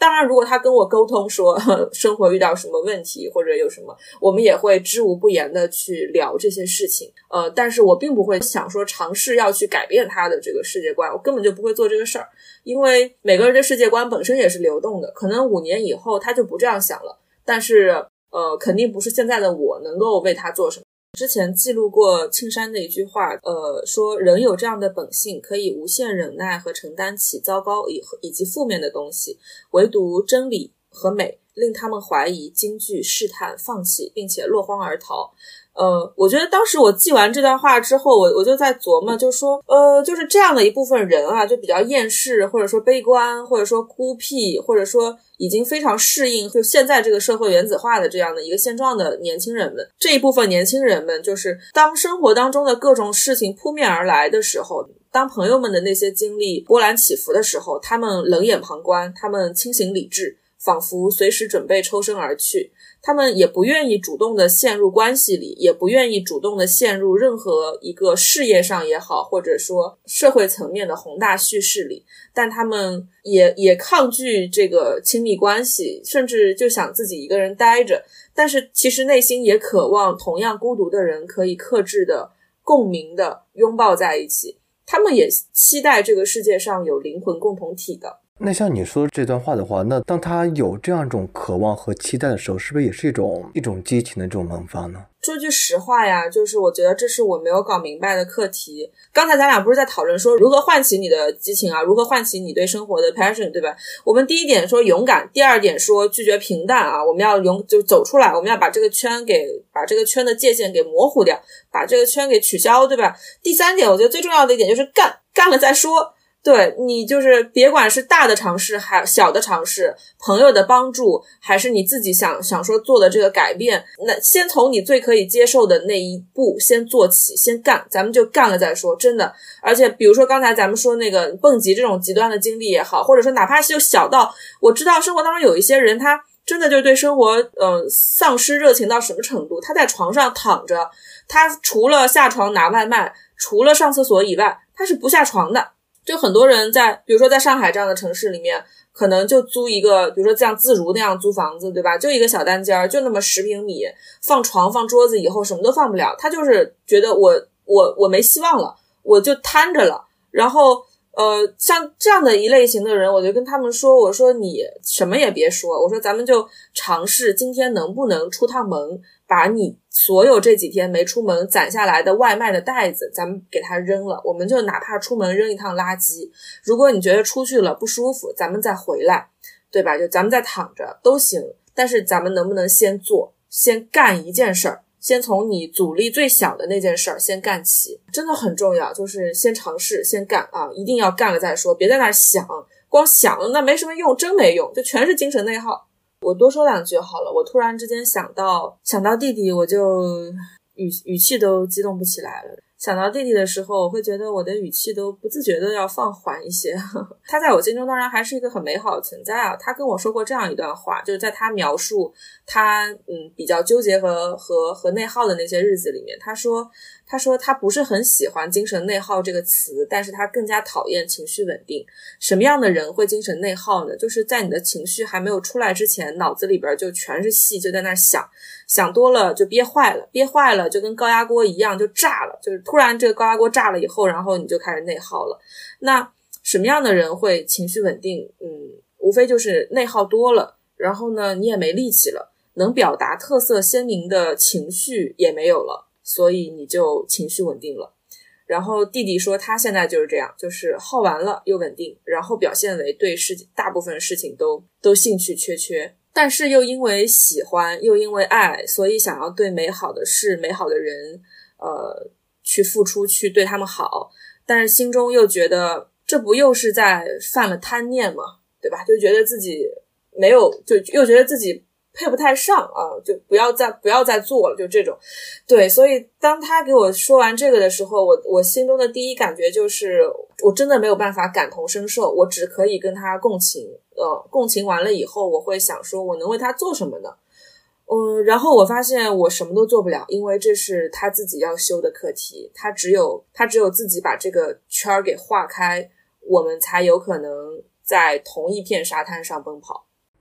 当然如果他跟我沟通说生活遇到什么问题或者有什么，我们也会知无不言的去聊这些事情，但是我并不会想说尝试要去改变他的这个世界观，我根本就不会做这个事儿，因为每个人的世界观本身也是流动的，可能5年以后他就不这样想了，但是肯定不是现在的我能够为他做什么。之前记录过庆山的一句话，说人有这样的本性，可以无限忍耐和承担起糟糕以及负面的东西，唯独真理和美令他们怀疑、惊惧、试探、放弃，并且落荒而逃。我觉得当时我记完这段话之后，我就在琢磨，就说就是这样的一部分人啊，就比较厌世，或者说悲观，或者说孤僻，或者说已经非常适应就现在这个社会原子化的这样的一个现状的年轻人们，这一部分年轻人们，就是当生活当中的各种事情扑面而来的时候，当朋友们的那些经历波澜起伏的时候，他们冷眼旁观，他们清醒理智，仿佛随时准备抽身而去，他们也不愿意主动的陷入关系里，也不愿意主动的陷入任何一个事业上也好，或者说社会层面的宏大叙事里，但他们也抗拒这个亲密关系，甚至就想自己一个人待着，但是其实内心也渴望同样孤独的人可以克制的共鸣的拥抱在一起，他们也期待这个世界上有灵魂共同体的。 那像你说这段话的话，那当他有这样一种渴望和期待的时候，是不是也是一种激情的这种萌发呢？ 说句实话呀，就是我觉得这是我没有搞明白的课题。刚才咱俩不是在讨论说如何唤起你的激情啊，如何唤起你对生活的 passion， 对吧？我们第一点说勇敢，第二点说拒绝平淡啊，我们要就走出来，我们要把这个圈的界限给模糊掉，把这个圈给取消，对吧？第三点，我觉得最重要的一点就是干了再说。对，你就是别管是大的尝试还小的尝试，朋友的帮助还是你自己想说做的这个改变，那先从你最可以接受的那一步先做起，先干，咱们就干了再说，真的。而且比如说刚才咱们说那个蹦极这种极端的经历也好，或者说哪怕是就小到我知道生活当中有一些人他真的就对生活丧失热情到什么程度，他在床上躺着，他除了下床拿外卖，除了上厕所以外，他是不下床的。就很多人比如说在上海这样的城市里面，可能就租一个比如说像自如那样租房子，对吧？就一个小单间，就那么10平米，放床放桌子以后什么都放不了，他就是觉得我没希望了，我就瘫着了。然后像这样的一类型的人，我就跟他们说，我说你什么也别说，我说咱们就尝试今天能不能出趟门，把你所有这几天没出门攒下来的外卖的袋子咱们给它扔了，我们就哪怕出门扔一趟垃圾，如果你觉得出去了不舒服，咱们再回来，对吧？就咱们再躺着都行，但是咱们能不能先做，先干一件事儿，先从你阻力最小的那件事儿先干起，真的很重要，就是先尝试先干啊，一定要干了再说，别在那儿想，光想那没什么用，真没用，就全是精神内耗。我多说2句好了，我突然之间想到弟弟，我就语气都激动不起来了。想到弟弟的时候，我会觉得我的语气都不自觉的要放缓一些。他在我心中当然还是一个很美好的存在啊。他跟我说过这样一段话，就是在他描述他比较纠结和内耗的那些日子里面，他说他不是很喜欢精神内耗这个词，但是他更加讨厌情绪稳定。什么样的人会精神内耗呢？就是在你的情绪还没有出来之前，脑子里边就全是戏，就在那想多了就憋坏了就跟高压锅一样就炸了，就是突然这个高压锅炸了以后，然后你就开始内耗了。那什么样的人会情绪稳定？无非就是内耗多了，然后呢你也没力气了，能表达特色鲜明的情绪也没有了，所以你就情绪稳定了。然后弟弟说他现在就是这样，就是耗完了又稳定，然后表现为对大部分事情都兴趣缺，但是又因为喜欢又因为爱，所以想要对美好的事美好的人去付出，去对他们好，但是心中又觉得这不又是在犯了贪念吗？对吧？就觉得自己没有，就又觉得自己配不太上啊，就不要再做了，就这种。对，所以当他给我说完这个的时候，我心中的第一感觉就是我真的没有办法感同身受，我只可以跟他共情。共情完了以后，我会想说我能为他做什么呢？然后我发现我什么都做不了，因为这是他自己要修的课题，他只有自己把这个圈给划开，我们才有可能在同一片沙滩上奔跑。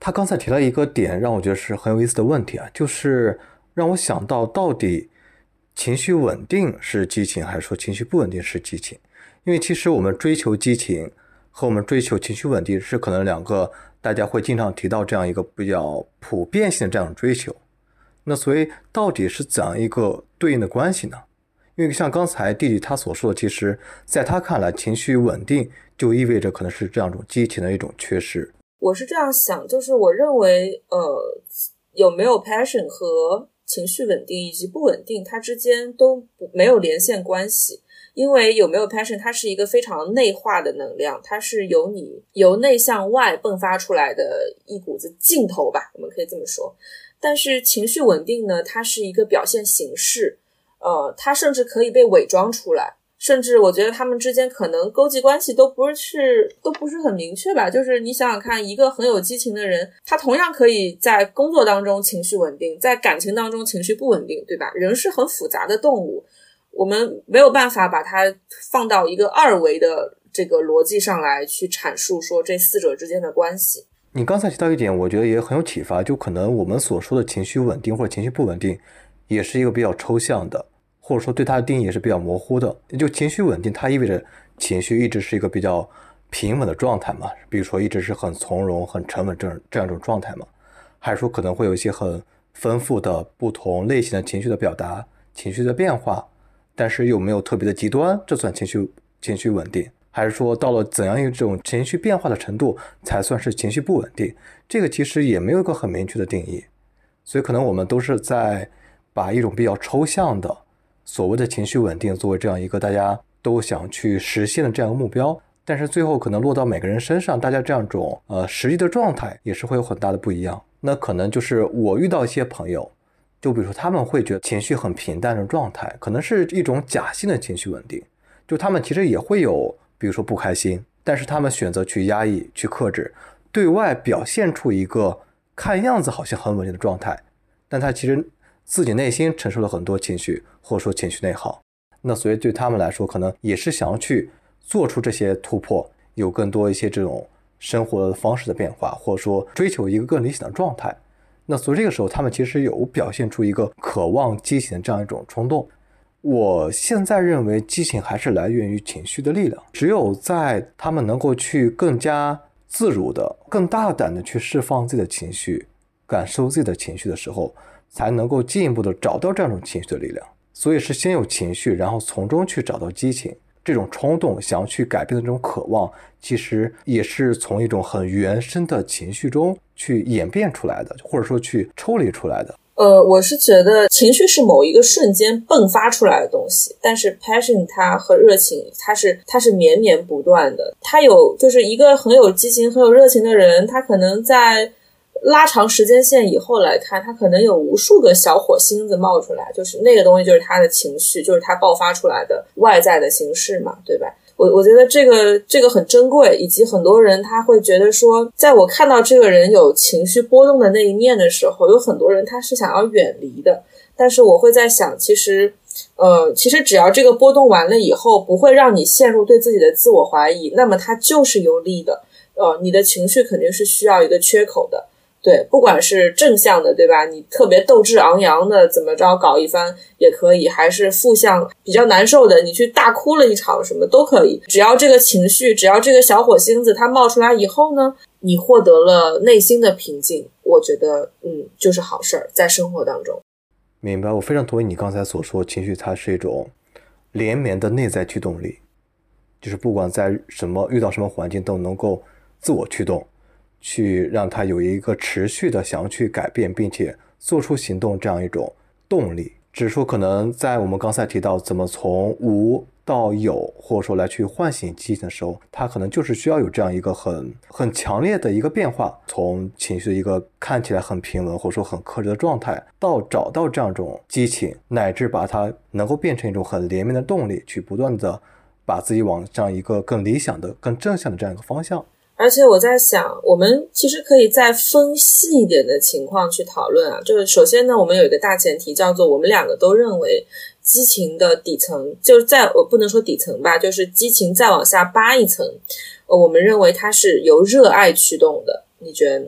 他刚才提到一个点，让我觉得是很有意思的问题啊，就是让我想到底情绪稳定是激情，还是说情绪不稳定是激情？因为其实我们追求激情和我们追求情绪稳定是可能两个大家会经常提到这样一个比较普遍性的这样的追求。那所以到底是怎样一个对应的关系呢？因为像刚才弟弟他所说的，其实在他看来，情绪稳定就意味着可能是这样一种激情的一种缺失。 我是这样想，就是我认为有没有 passion 和情绪稳定以及不稳定它之间都没有连线关系。因为有没有 passion 它是一个非常内化的能量，它是由内向外迸发出来的一股子劲头吧，我们可以这么说。但是情绪稳定呢，它是一个表现形式，它甚至可以被伪装出来，甚至我觉得他们之间可能勾稽关系都不是很明确吧。就是你想想看，一个很有激情的人，他同样可以在工作当中情绪稳定，在感情当中情绪不稳定，对吧？人是很复杂的动物，我们没有办法把它放到一个二维的这个逻辑上来去阐述说这四者之间的关系。 你刚才提到一点，我觉得也很有启发，就可能我们所说的情绪稳定或者情绪不稳定，也是一个比较抽象的，或者说对它的定义也是比较模糊的。就情绪稳定，它意味着情绪一直是一个比较平稳的状态嘛，比如说一直是很从容、很沉稳这样一种状态嘛，还是说可能会有一些很丰富的不同类型的情绪的表达、情绪的变化，但是又没有特别的极端，这算情绪稳定？还是说到了怎样一种情绪变化的程度才算是情绪不稳定？这个其实也没有一个很明确的定义，所以可能我们都是在把一种比较抽象的所谓的情绪稳定作为这样一个大家都想去实现的这样一个目标，但是最后可能落到每个人身上，大家这样一种实际的状态也是会有很大的不一样。那可能就是我遇到一些朋友，就比如说他们会觉得情绪很平淡的状态可能是一种假性的情绪稳定，就他们其实也会有比如说不开心，但是他们选择去压抑、去克制，对外表现出一个看样子好像很稳定的状态，但他其实自己内心承受了很多情绪，或者说情绪内耗。那所以对他们来说，可能也是想要去做出这些突破，有更多一些这种生活方式的变化，或者说追求一个更理想的状态。那所以这个时候，他们其实有表现出一个渴望激情的这样一种冲动。我现在认为激情还是来源于情绪的力量，只有在他们能够去更加自如的、更大胆的去释放自己的情绪，感受自己的情绪的时候，才能够进一步的找到这样一种情绪的力量。所以是先有情绪，然后从中去找到激情，这种冲动想要去改变的这种渴望，其实也是从一种很原生的情绪中去演变出来的，或者说去抽离出来的。 我是觉得情绪是某一个瞬间迸发出来的东西，但是 passion 它和热情它是绵绵不断的。它有就是一个很有激情很有热情的人，他可能在拉长时间线以后来看，他可能有无数个小火星子冒出来，就是那个东西就是他的情绪，就是他爆发出来的外在的形式嘛，对吧？我觉得这个很珍贵，以及很多人他会觉得说，在我看到这个人有情绪波动的那一面的时候，有很多人他是想要远离的。但是我会在想，其实只要这个波动完了以后不会让你陷入对自己的自我怀疑，那么它就是有利的。你的情绪肯定是需要一个缺口的。对，不管是正向的，对吧？你特别斗志昂扬的怎么着搞一番也可以，还是负向比较难受的，你去大哭了一场什么都可以。只要这个情绪，只要这个小火星子它冒出来以后呢，你获得了内心的平静，我觉得就是好事儿，在生活当中。 明白，我非常同意你刚才所说，情绪它是一种连绵的内在驱动力，就是不管在遇到什么环境都能够自我驱动，去让它有一个持续的想要去改变并且做出行动这样一种动力。只是说可能在我们刚才提到怎么从无到有，或者说来去唤醒激情的时候，它可能就是需要有这样一个很强烈的一个变化，从情绪的一个看起来很平稳或者说很克制的状态，到找到这样一种激情，乃至把它能够变成一种很连绵的动力，去不断的把自己往这样一个更理想的更正向的这样一个方向。 而且我在想，我们其实可以再分细一点的情况去讨论啊。就是首先呢，我们有一个大前提，叫做我们两个都认为激情的底层，就是我不能说底层吧，就是激情再往下扒一层，我们认为它是由热爱驱动的。你觉得呢？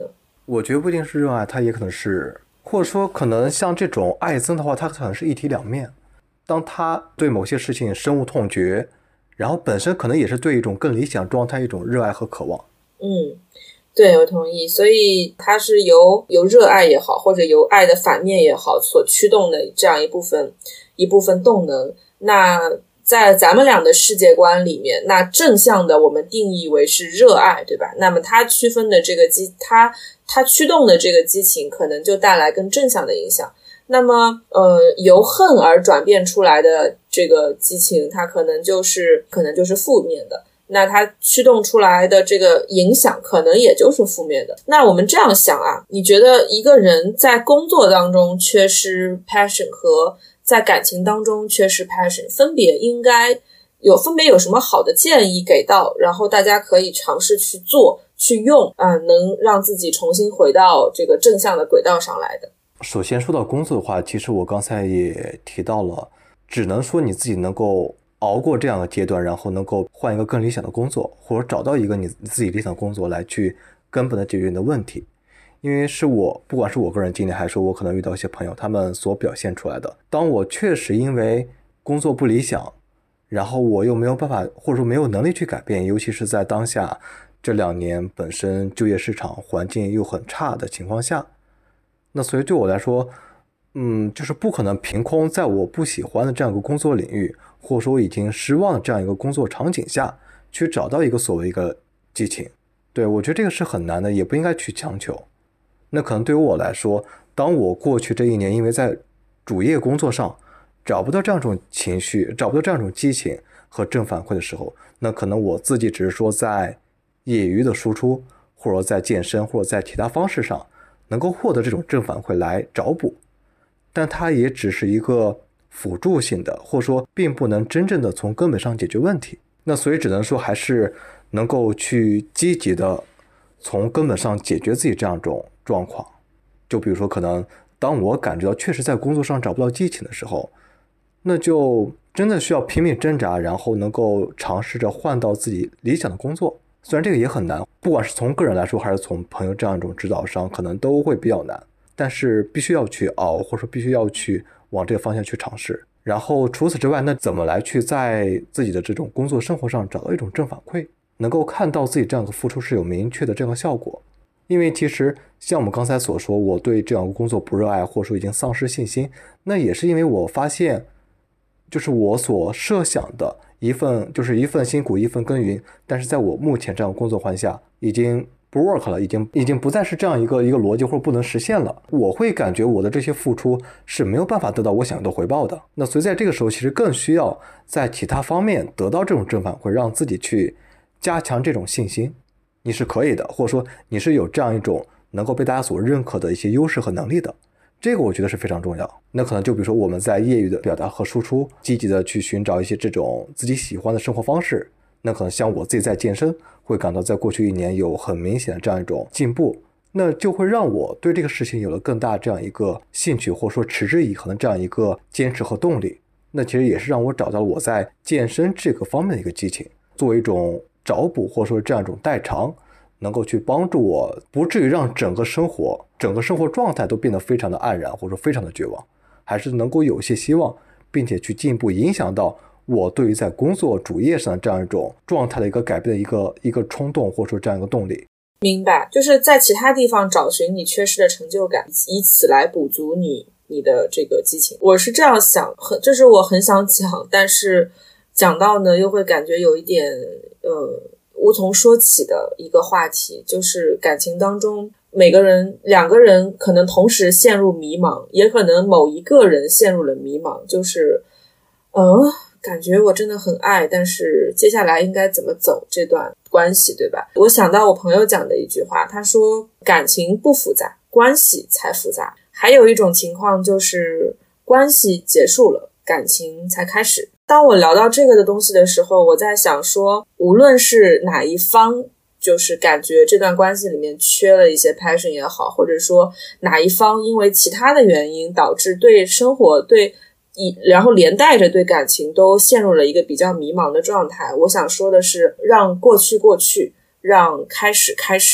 我觉得不一定是热爱，它也可能是，或者说可能像这种爱憎的话，它可能是一体两面。当他对某些事情深恶痛绝，然后本身可能也是对一种更理想状态一种热爱和渴望。 嗯，对，我同意。所以它是由热爱也好，或者由爱的反面也好所驱动的这样一部分动能。那在咱们俩的世界观里面，那正向的我们定义为是热爱，对吧？那么它区分的这个它驱动的这个激情可能就带来更正向的影响。那么由恨而转变出来的这个激情，它可能就是负面的，那它驱动出来的这个影响可能也就是负面的。那我们这样想啊，你觉得一个人在工作当中缺失 passion 和在感情当中缺失 passion 分别有什么好的建议给到，然后大家可以尝试去做去用能让自己重新回到这个正向的轨道上来的。 首先说到工作的话，其实我刚才也提到了，只能说你自己能够熬过这样的阶段，然后能够换一个更理想的工作，或者找到一个你自己理想的工作来去根本的解决你的问题。因为不管是我个人经历，还是我可能遇到一些朋友，他们所表现出来的，当我确实因为工作不理想，然后我又没有办法，或者说没有能力去改变，尤其是在当下这2年本身就业市场环境又很差的情况下，那所以对我来说，就是不可能凭空在我不喜欢的这样一个工作领域，或者说我已经失望的这样一个工作场景下去找到一个所谓一个激情。对，我觉得这个是很难的，也不应该去强求。那可能对于我来说，当我过去这1年因为在主业工作上找不到这样一种情绪，找不到这样一种激情和正反馈的时候，那可能我自己只是说在业余的输出，或者在健身，或者在其他方式上能够获得这种正反馈来找补，但它也只是一个辅助性的，或者说并不能真正的从根本上解决问题。那所以只能说还是能够去积极的从根本上解决自己这样一种状况。就比如说可能当我感觉到确实在工作上找不到激情的时候，那就真的需要拼命挣扎，然后能够尝试着换到自己理想的工作。虽然这个也很难，不管是从个人来说还是从朋友这样一种指导上，可能都会比较难，但是必须要去熬，或者说必须要去往这个方向去尝试。然后除此之外，那怎么来去在自己的这种工作生活上找到一种正反馈，能够看到自己这样的付出是有明确的这样的效果。因为其实像我们刚才所说，我对这样的工作不热爱，或者说已经丧失信心，那也是因为我发现就是我所设想的一份辛苦一份耕耘，但是在我目前这样的工作环境下已经不 work 了，已经不再是这样一个逻辑，或者不能实现了。我会感觉我的这些付出是没有办法得到我想要的回报的。那所以在这个时候其实更需要在其他方面得到这种正反馈，让自己去加强这种信心，你是可以的，或者说你是有这样一种能够被大家所认可的一些优势和能力的。这个我觉得是非常重要。那可能就比如说我们在业余的表达和输出，积极的去寻找一些这种自己喜欢的生活方式。那可能像我自己在健身，会感到在过去1年有很明显的这样一种进步，那就会让我对这个事情有了更大这样一个兴趣，或者说持之以恒的这样一个坚持和动力。那其实也是让我找到了我在健身这个方面的一个激情，作为一种找补，或者说这样一种代偿，能够去帮助我不至于让整个生活状态都变得非常的黯然，或者说非常的绝望，还是能够有些希望，并且去进一步影响到我对于在工作主业上这样一种状态的一个改变的一个冲动，或者说这样一个动力。 明白，就是在其他地方找寻你缺失的成就感，以此来补足你的这个激情。我是这样想，这是我很想讲，但是讲到呢又会感觉有一点无从说起的一个话题，就是感情当中两个人可能同时陷入迷茫，也可能某一个人陷入了迷茫，就是感觉我真的很爱，但是接下来应该怎么走这段关系，对吧？我想到我朋友讲的一句话，他说感情不复杂，关系才复杂。还有一种情况就是关系结束了，感情才开始。当我聊到这个的东西的时候，我在想说，无论是哪一方就是感觉这段关系里面缺了一些 passion 也好，或者说哪一方因为其他的原因导致对生活然后连带着对感情都陷入了一个比较迷茫的状态，我想说的是，让过去过去，让开始开始，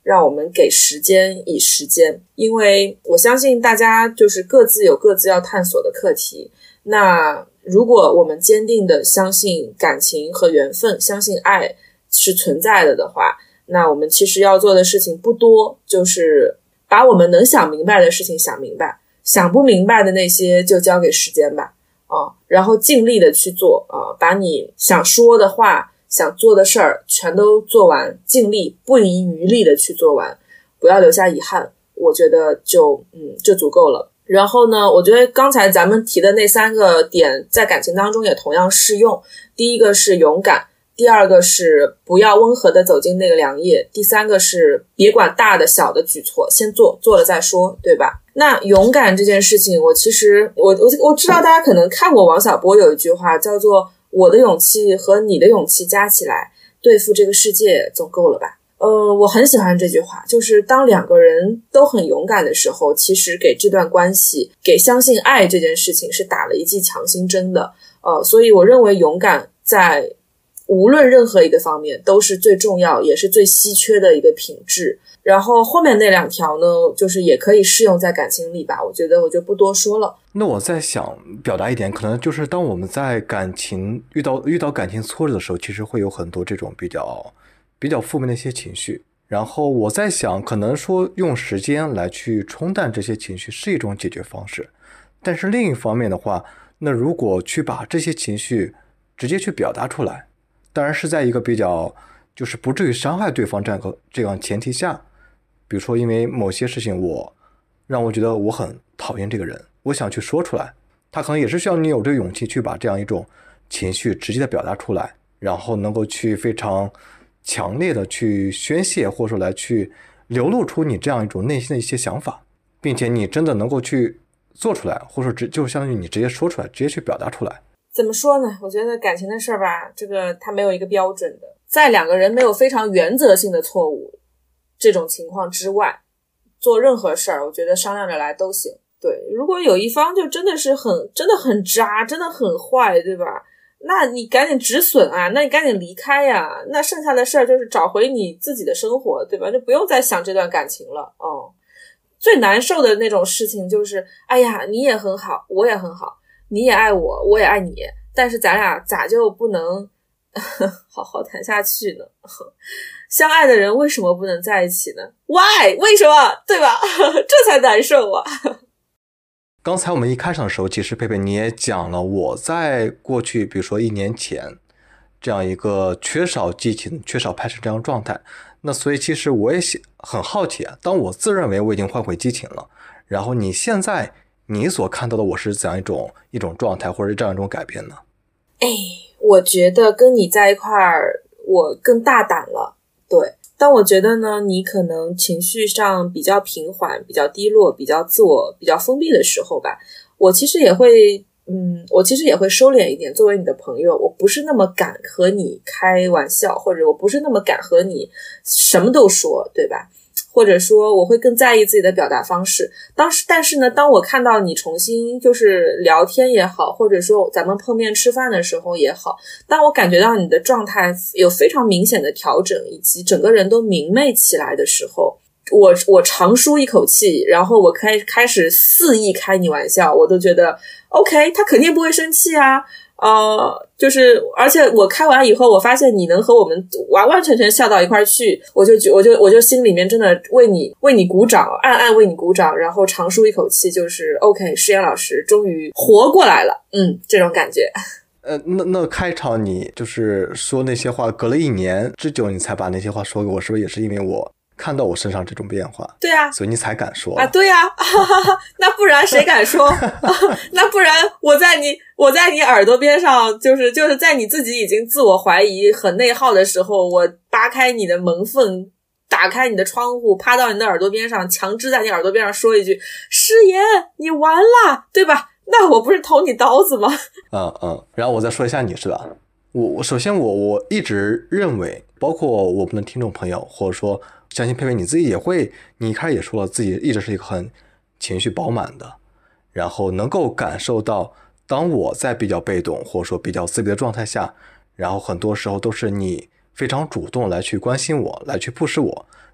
让我们给时间以时间，因为我相信大家就是各自有各自要探索的课题。那如果我们坚定的相信感情和缘分，相信爱是存在的话，那我们其实要做的事情不多，就是把我们能想明白的事情想明白，想不明白的那些就交给时间吧，然后尽力的去做，把你想说的话想做的事儿全都做完，尽力不遗余力的去做完，不要留下遗憾，我觉得就足够了。然后呢，我觉得刚才咱们提的那3个点在感情当中也同样适用。第一个是勇敢，第二个是不要温和的走进那个凉夜，第三个是别管大的小的举措，先做了再说，对吧？那勇敢这件事情，我其实我知道大家可能看过王小波有一句话叫做我的勇气和你的勇气加起来对付这个世界总够了吧。我很喜欢这句话，就是当2个人都很勇敢的时候，其实给这段关系，给相信爱这件事情是打了一剂强心针的。所以我认为勇敢在无论任何一个方面都是最重要也是最稀缺的一个品质。然后后面那2条呢，就是也可以适用在感情里吧，我觉得我就不多说了。 那我在想表达一点，可能就是当我们在感情遇到感情挫折的时候，其实会有很多这种比较负面的一些情绪，然后我在想可能说用时间来去冲淡这些情绪是一种解决方式，但是另一方面的话，那如果去把这些情绪直接去表达出来，当然是在一个比较就是不至于伤害对方这样前提下，比如说因为某些事情让我觉得我很讨厌这个人，我想去说出来，他可能也是需要你有这个勇气去把这样一种情绪直接的表达出来，然后能够去非常强烈的去宣泄，或者说来去流露出你这样一种内心的一些想法，并且你真的能够去做出来，或者说就相当于你直接说出来，直接去表达出来。 怎么说呢，我觉得感情的事儿吧，这个它没有一个标准的，在2个人没有非常原则性的错误这种情况之外，做任何事儿我觉得商量着来都行。对，如果有一方就真的很渣，真的很坏，对吧？那你赶紧止损啊，那你赶紧离开呀，那剩下的事儿就是找回你自己的生活，对吧？就不用再想这段感情了。最难受的那种事情就是，哎呀，你也很好，我也很好，你也爱我，我也爱你，但是咱俩咋就不能好好谈下去呢？相爱的人为什么不能在一起呢？ Why？ 为什么？对吧？这才难受啊。 刚才我们一开场的时候，其实佩佩你也讲了，我在过去比如说1年前这样一个缺少激情缺少passion这样的状态，那所以其实我也很好奇啊，当我自认为我已经换回激情了，然后你现在你所看到的我是怎样一种状态，或者这样一种改变呢？ 我觉得跟你在一块儿我更大胆了。对，但我觉得呢，你可能情绪上比较平缓，比较低落，比较自我比较封闭的时候吧，我其实也会收敛一点，作为你的朋友，我不是那么敢和你开玩笑，或者我不是那么敢和你什么都说，对吧？或者说我会更在意自己的表达方式。但是呢，当我看到你重新就是聊天也好，或者说咱们碰面吃饭的时候也好，当我感觉到你的状态有非常明显的调整，以及整个人都明媚起来的时候，我长舒一口气，然后我开始肆意开你玩笑，我都觉得 OK， 他肯定不会生气啊。就是而且我开完以后，我发现你能和我们完完全全笑到一块去，我就心里面真的为你鼓掌，暗暗为你鼓掌，然后长舒一口气，就是 OK， 诗妍老师终于活过来了，这种感觉。 那开场你就是说那些话，隔了1年之久你才把那些话说给我，是不是也是因为我看到我身上这种变化？ 对啊， 所以你才敢说啊？对啊，那不然谁敢说？那不然我在你耳朵边上，就是在你自己已经自我怀疑很内耗的时候，我扒开你的门缝，打开你的窗户，趴到你的耳朵边上，强制在你耳朵边上说一句：诗妍，你完了，对吧？那我不是捅你刀子吗？ 然后我再说一下你，是吧？我首先我一直认为，包括我们的听众朋友，或者说相信佩佩你自己也会，你一开始也说了自己一直是一个很情绪饱满的，然后能够感受到当我在比较被动或者说比较自闭的状态下，然后很多时候都是你非常主动来去关心我，来去push我，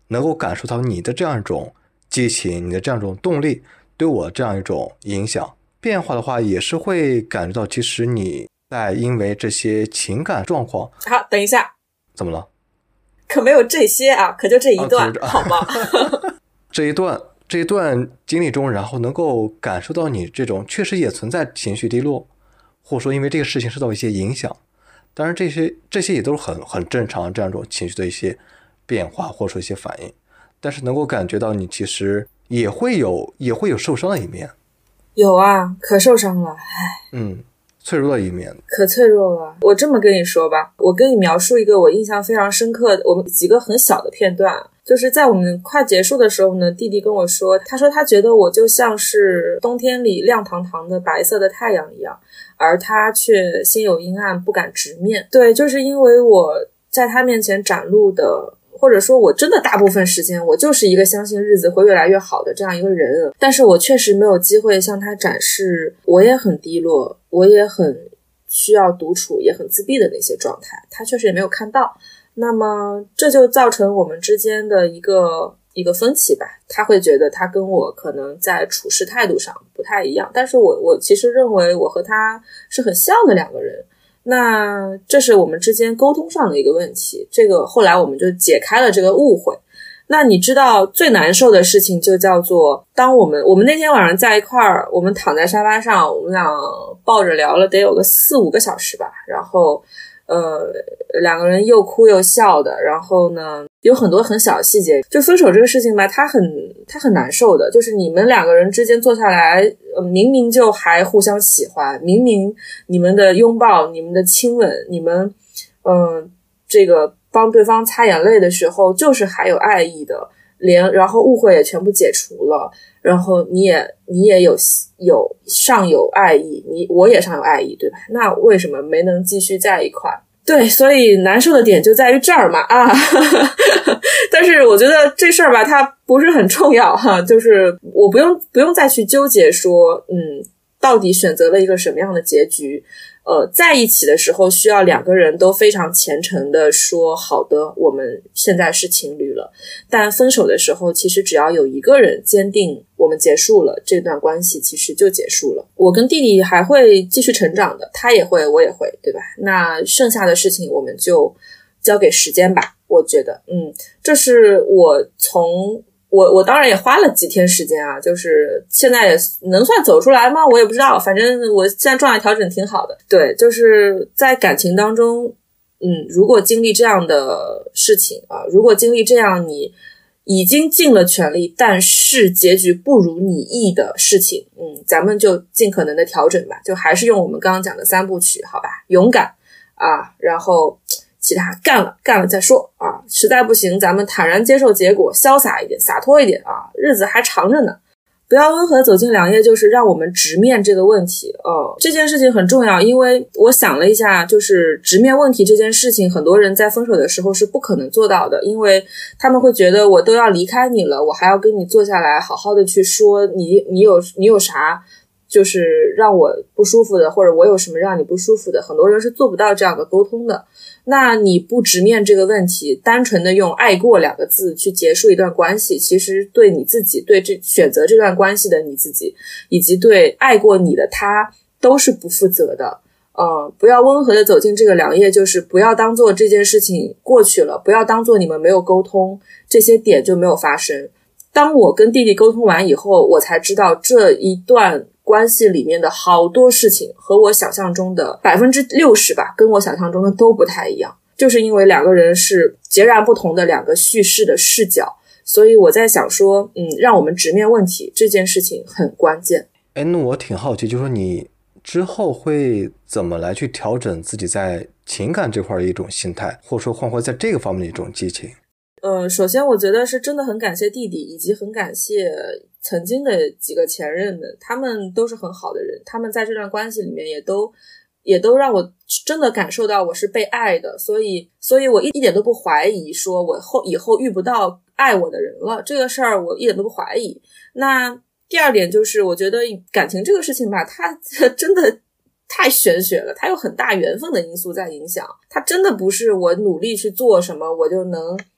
能够感受到你的这样一种激情，你的这样一种动力对我这样一种影响。变化的话，也是会感觉到其实你在因为这些情感状况。 好，等一下， 怎么了？ 可没有这些啊，可就这一段，好吗？ 这一段经历中，然后能够感受到你这种确实也存在情绪低落，或者说因为这个事情受到一些影响。当然这些也都是很正常这样一种情绪的一些变化或者说一些反应，但是能够感觉到你其实也会有受伤的一面。 有啊，可受伤了， 脆弱的一面， 可脆弱了。我这么跟你说吧，我跟你描述一个我印象非常深刻的，我们几个很小的片段，就是在我们快结束的时候呢，弟弟跟我说，他说他觉得我就像是冬天里亮堂堂的白色的太阳一样，而他却心有阴暗，不敢直面。对，就是因为我在他面前展露的，或者说我真的大部分时间我就是一个相信日子会越来越好的这样一个人，但是我确实没有机会向他展示我也很低落，我也很需要独处，也很自闭的那些状态，他确实也没有看到。那么这就造成我们之间的一个分歧吧，他会觉得他跟我可能在处事态度上不太一样，但是我其实认为我和他是很像的两个人。那这是我们之间沟通上的一个问题，这个后来我们就解开了这个误会。那你知道最难受的事情就叫做，当我们那天晚上在一块儿，我们躺在沙发上，我们俩抱着聊了得有个4-5个小时吧，然后两个人又哭又笑的，然后呢有很多很小的细节。就分手这个事情吧，它很难受的，就是你们两个人之间坐下来，明明就还互相喜欢，明明你们的拥抱，你们的亲吻，你们这个帮对方擦眼泪的时候就是还有爱意的，然后误会也全部解除了，然后你也有尚有爱意，我也尚有爱意，对吧？那为什么没能继续在一块？对，所以难受的点就在于这儿嘛啊！但是我觉得这事儿吧，它不是很重要哈，就是我不用再去纠结说，到底选择了一个什么样的结局。在一起的时候需要两个人都非常虔诚的说好的，我们现在是情侣了。但分手的时候其实只要有一个人坚定我们结束了这段关系，其实就结束了。我跟弟弟还会继续成长的，他也会我也会，对吧？那剩下的事情我们就交给时间吧，我觉得这是我当然也花了几天时间啊，就是现在也能算走出来吗？我也不知道，反正我现在状态调整挺好的。对，就是在感情当中，如果经历这样的事情啊，如果经历这样你已经尽了全力，但是结局不如你意的事情，咱们就尽可能的调整吧，就还是用我们刚刚讲的3部曲，好吧？勇敢啊，然后其他干了再说啊，实在不行咱们坦然接受结果，潇洒一点，洒脱一点啊，日子还长着呢。不要温和走进良夜，就是让我们直面这个问题。这件事情很重要，因为我想了一下，就是直面问题这件事情，很多人在分手的时候是不可能做到的，因为他们会觉得我都要离开你了，我还要跟你坐下来好好的去说你有啥就是让我不舒服的，或者我有什么让你不舒服的，很多人是做不到这样的沟通的。那你不直面这个问题，单纯的用爱过2个字去结束一段关系，其实对你自己，对这选择这段关系的你自己，以及对爱过你的他都是不负责的。不要温和的走进这个良夜，就是不要当做这件事情过去了，不要当做你们没有沟通，这些点就没有发生。当我跟弟弟沟通完以后，我才知道这一段关系里面的好多事情和我想象中的 60% 吧，跟我想象中的都不太一样，就是因为两个人是截然不同的2个叙事的视角，所以我在想说让我们直面问题这件事情很关键。 那我挺好奇，就是说你之后会怎么来去调整自己在情感这块的一种心态，或者说换回在这个方面的一种激情？ 首先我觉得是真的很感谢弟弟，以及很感谢曾经的几个前任们，他们都是很好的人，他们在这段关系里面也都让我真的感受到我是被爱的，所以我一点都不怀疑说我以后遇不到爱我的人了，这个事儿我一点都不怀疑。那第二点就是我觉得感情这个事情吧，它真的太玄学了，它有很大缘分的因素在影响，它真的不是我努力去做什么我就能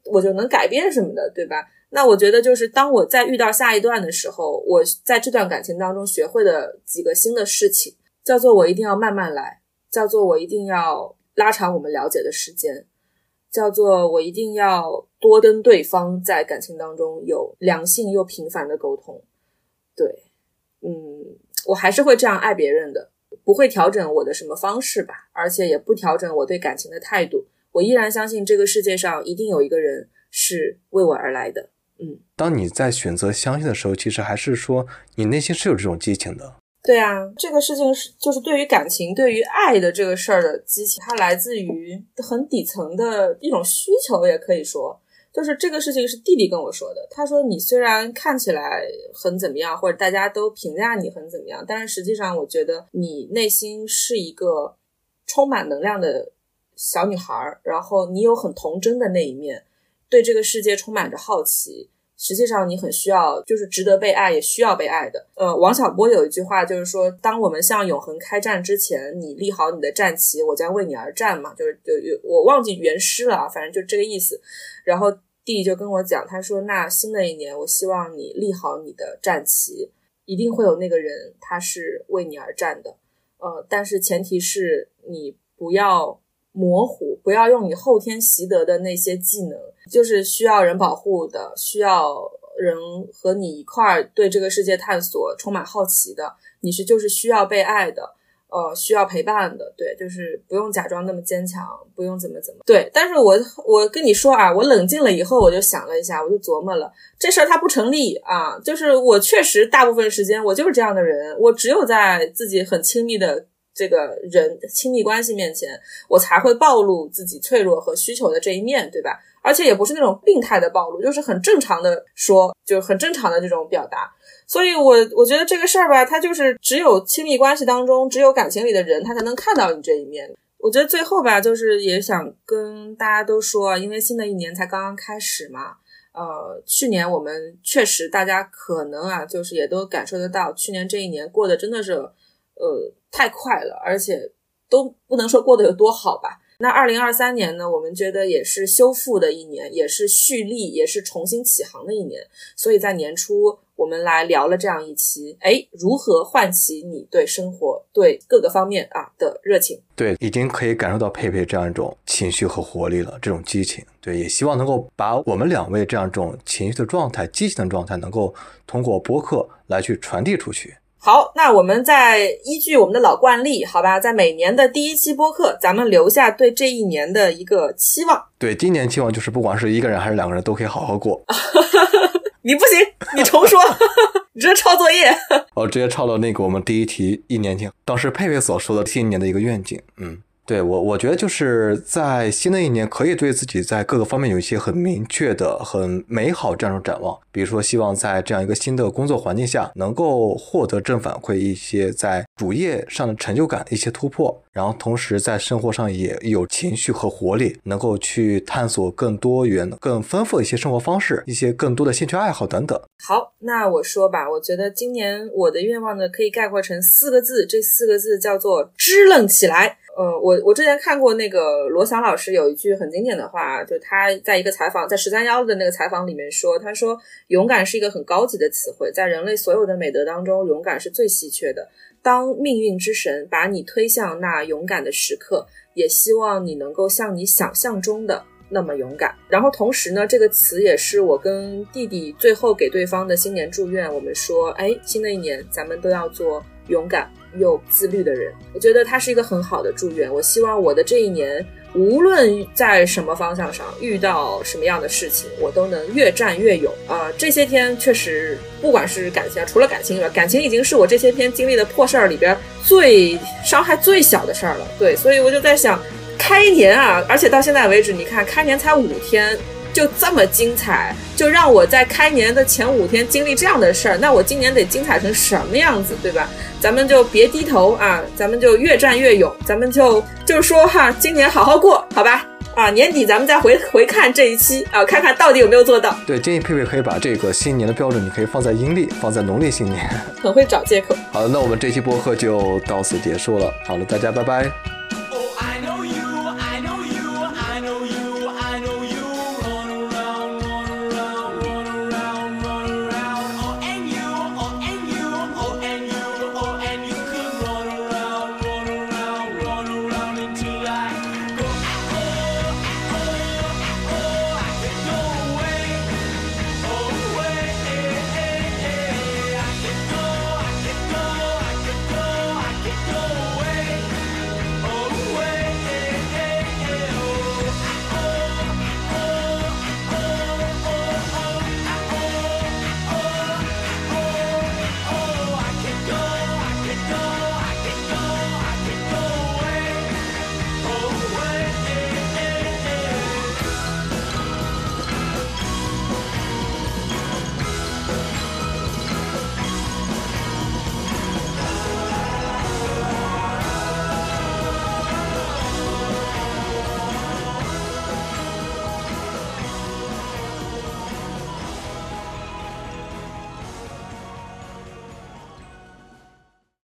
我就能改变什么的，对吧？那我觉得就是当我在遇到下一段的时候，我在这段感情当中学会的几个新的事情，叫做我一定要慢慢来，叫做我一定要拉长我们了解的时间，叫做我一定要多跟对方在感情当中有良性又频繁的沟通。对，我还是会这样爱别人的，不会调整我的什么方式吧，而且也不调整我对感情的态度。我依然相信这个世界上一定有一个人是为我而来的。 当你在选择相信的时候，其实还是说你内心是有这种激情的。 对啊，这个事情是就是对于感情对于爱的这个事儿的激情，它来自于很底层的一种需求，也可以说就是这个事情是弟弟跟我说的。他说你虽然看起来很怎么样，或者大家都评价你很怎么样，但是实际上我觉得你内心是一个充满能量的小女孩，然后你有很童真的那一面，对这个世界充满着好奇，实际上你很需要，就是值得被爱也需要被爱的。王小波有一句话就是说，当我们向永恒开战之前，你立好你的战旗，我将为你而战嘛，就是我忘记原诗了啊，反正就这个意思。然后弟弟就跟我讲，他说那新的一年我希望你立好你的战旗，一定会有那个人他是为你而战的。但是前提是你不要模糊，不要用你后天习得的那些技能，就是需要人保护的，需要人和你一块儿对这个世界探索充满好奇的，你就是需要被爱的，需要陪伴的。对，就是不用假装那么坚强，不用怎么对。但是我跟你说啊，我冷静了以后我就想了一下，我就琢磨了，这事儿它不成立啊，就是我确实大部分时间我就是这样的人，我只有在自己很亲密的这个人亲密关系面前，我才会暴露自己脆弱和需求的这一面，对吧？而且也不是那种病态的暴露，就是很正常的说，就是很正常的这种表达。所以我觉得这个事儿吧，它就是只有亲密关系当中，只有感情里的人，他才能看到你这一面。我觉得最后吧，就是也想跟大家都说，因为新的一年才刚刚开始嘛，去年我们确实大家可能啊，就是也都感受得到，去年这一年过得真的是太快了，而且都不能说过得有多好吧。那2023年呢，我们觉得也是修复的一年，也是蓄力，也是重新起航的一年。所以在年初我们来聊了这样一期，如何唤起你对生活对各个方面的热情。 对，已经可以感受到佩佩这样一种情绪和活力了，这种激情。对，也希望能够把我们两位这样一种情绪的状态，激情的状态能够通过播客来去传递出去。 好，那我们再依据我们的老惯例，好吧，在每年的第一期播客，咱们留下对这一年的一个期望。 对，今年期望就是不管是一个人还是两个人都可以好好过。 你不行，你重说。你这抄作业。 直接抄了那个我们第一题1年前当时佩佩所说的新一年的一个愿景。对，我觉得就是在新的一年可以对自己在各个方面有一些很明确的很美好这样一种展望，比如说希望在这样一个新的工作环境下能够获得正反馈，一些在主业上的成就感，一些突破，然后同时在生活上也有情绪和活力，能够去探索更多元更丰富的一些生活方式，一些更多的兴趣爱好等等。 好，那我说吧，我觉得今年我的愿望呢可以概括成4个字，这4个字叫做支棱起来。我之前看过那个罗翔老师有一句很经典的话，就他在一个采访，在13·1的那个采访里面说，他说勇敢是一个很高级的词汇，在人类所有的美德当中，勇敢是最稀缺的。当命运之神把你推向那勇敢的时刻，也希望你能够像你想象中的那么勇敢。然后同时呢，这个词也是我跟弟弟最后给对方的新年祝愿，我们说新的一年咱们都要做勇敢又自律的人。我觉得它是一个很好的祝愿，我希望我的这一年无论在什么方向上遇到什么样的事情，我都能越战越勇。这些天确实不管是感情除了感情以外，感情已经是我这些天经历的破事儿里边最伤害最小的事儿了。对，所以我就在想开年而且到现在为止，你看开年才5天就这么精彩，就让我在开年的前5天经历这样的事儿，那我今年得精彩成什么样子，对吧？咱们就别低头咱们就越战越勇，咱们就是说今年好好过，好吧？年底咱们再回看这一期看看到底有没有做到。 对，建议佩佩可以把这个新年的标准，你可以放在阴历，放在农历新年。 很会找借口。 好的，那我们这期播客就到此结束了。好了，大家拜拜。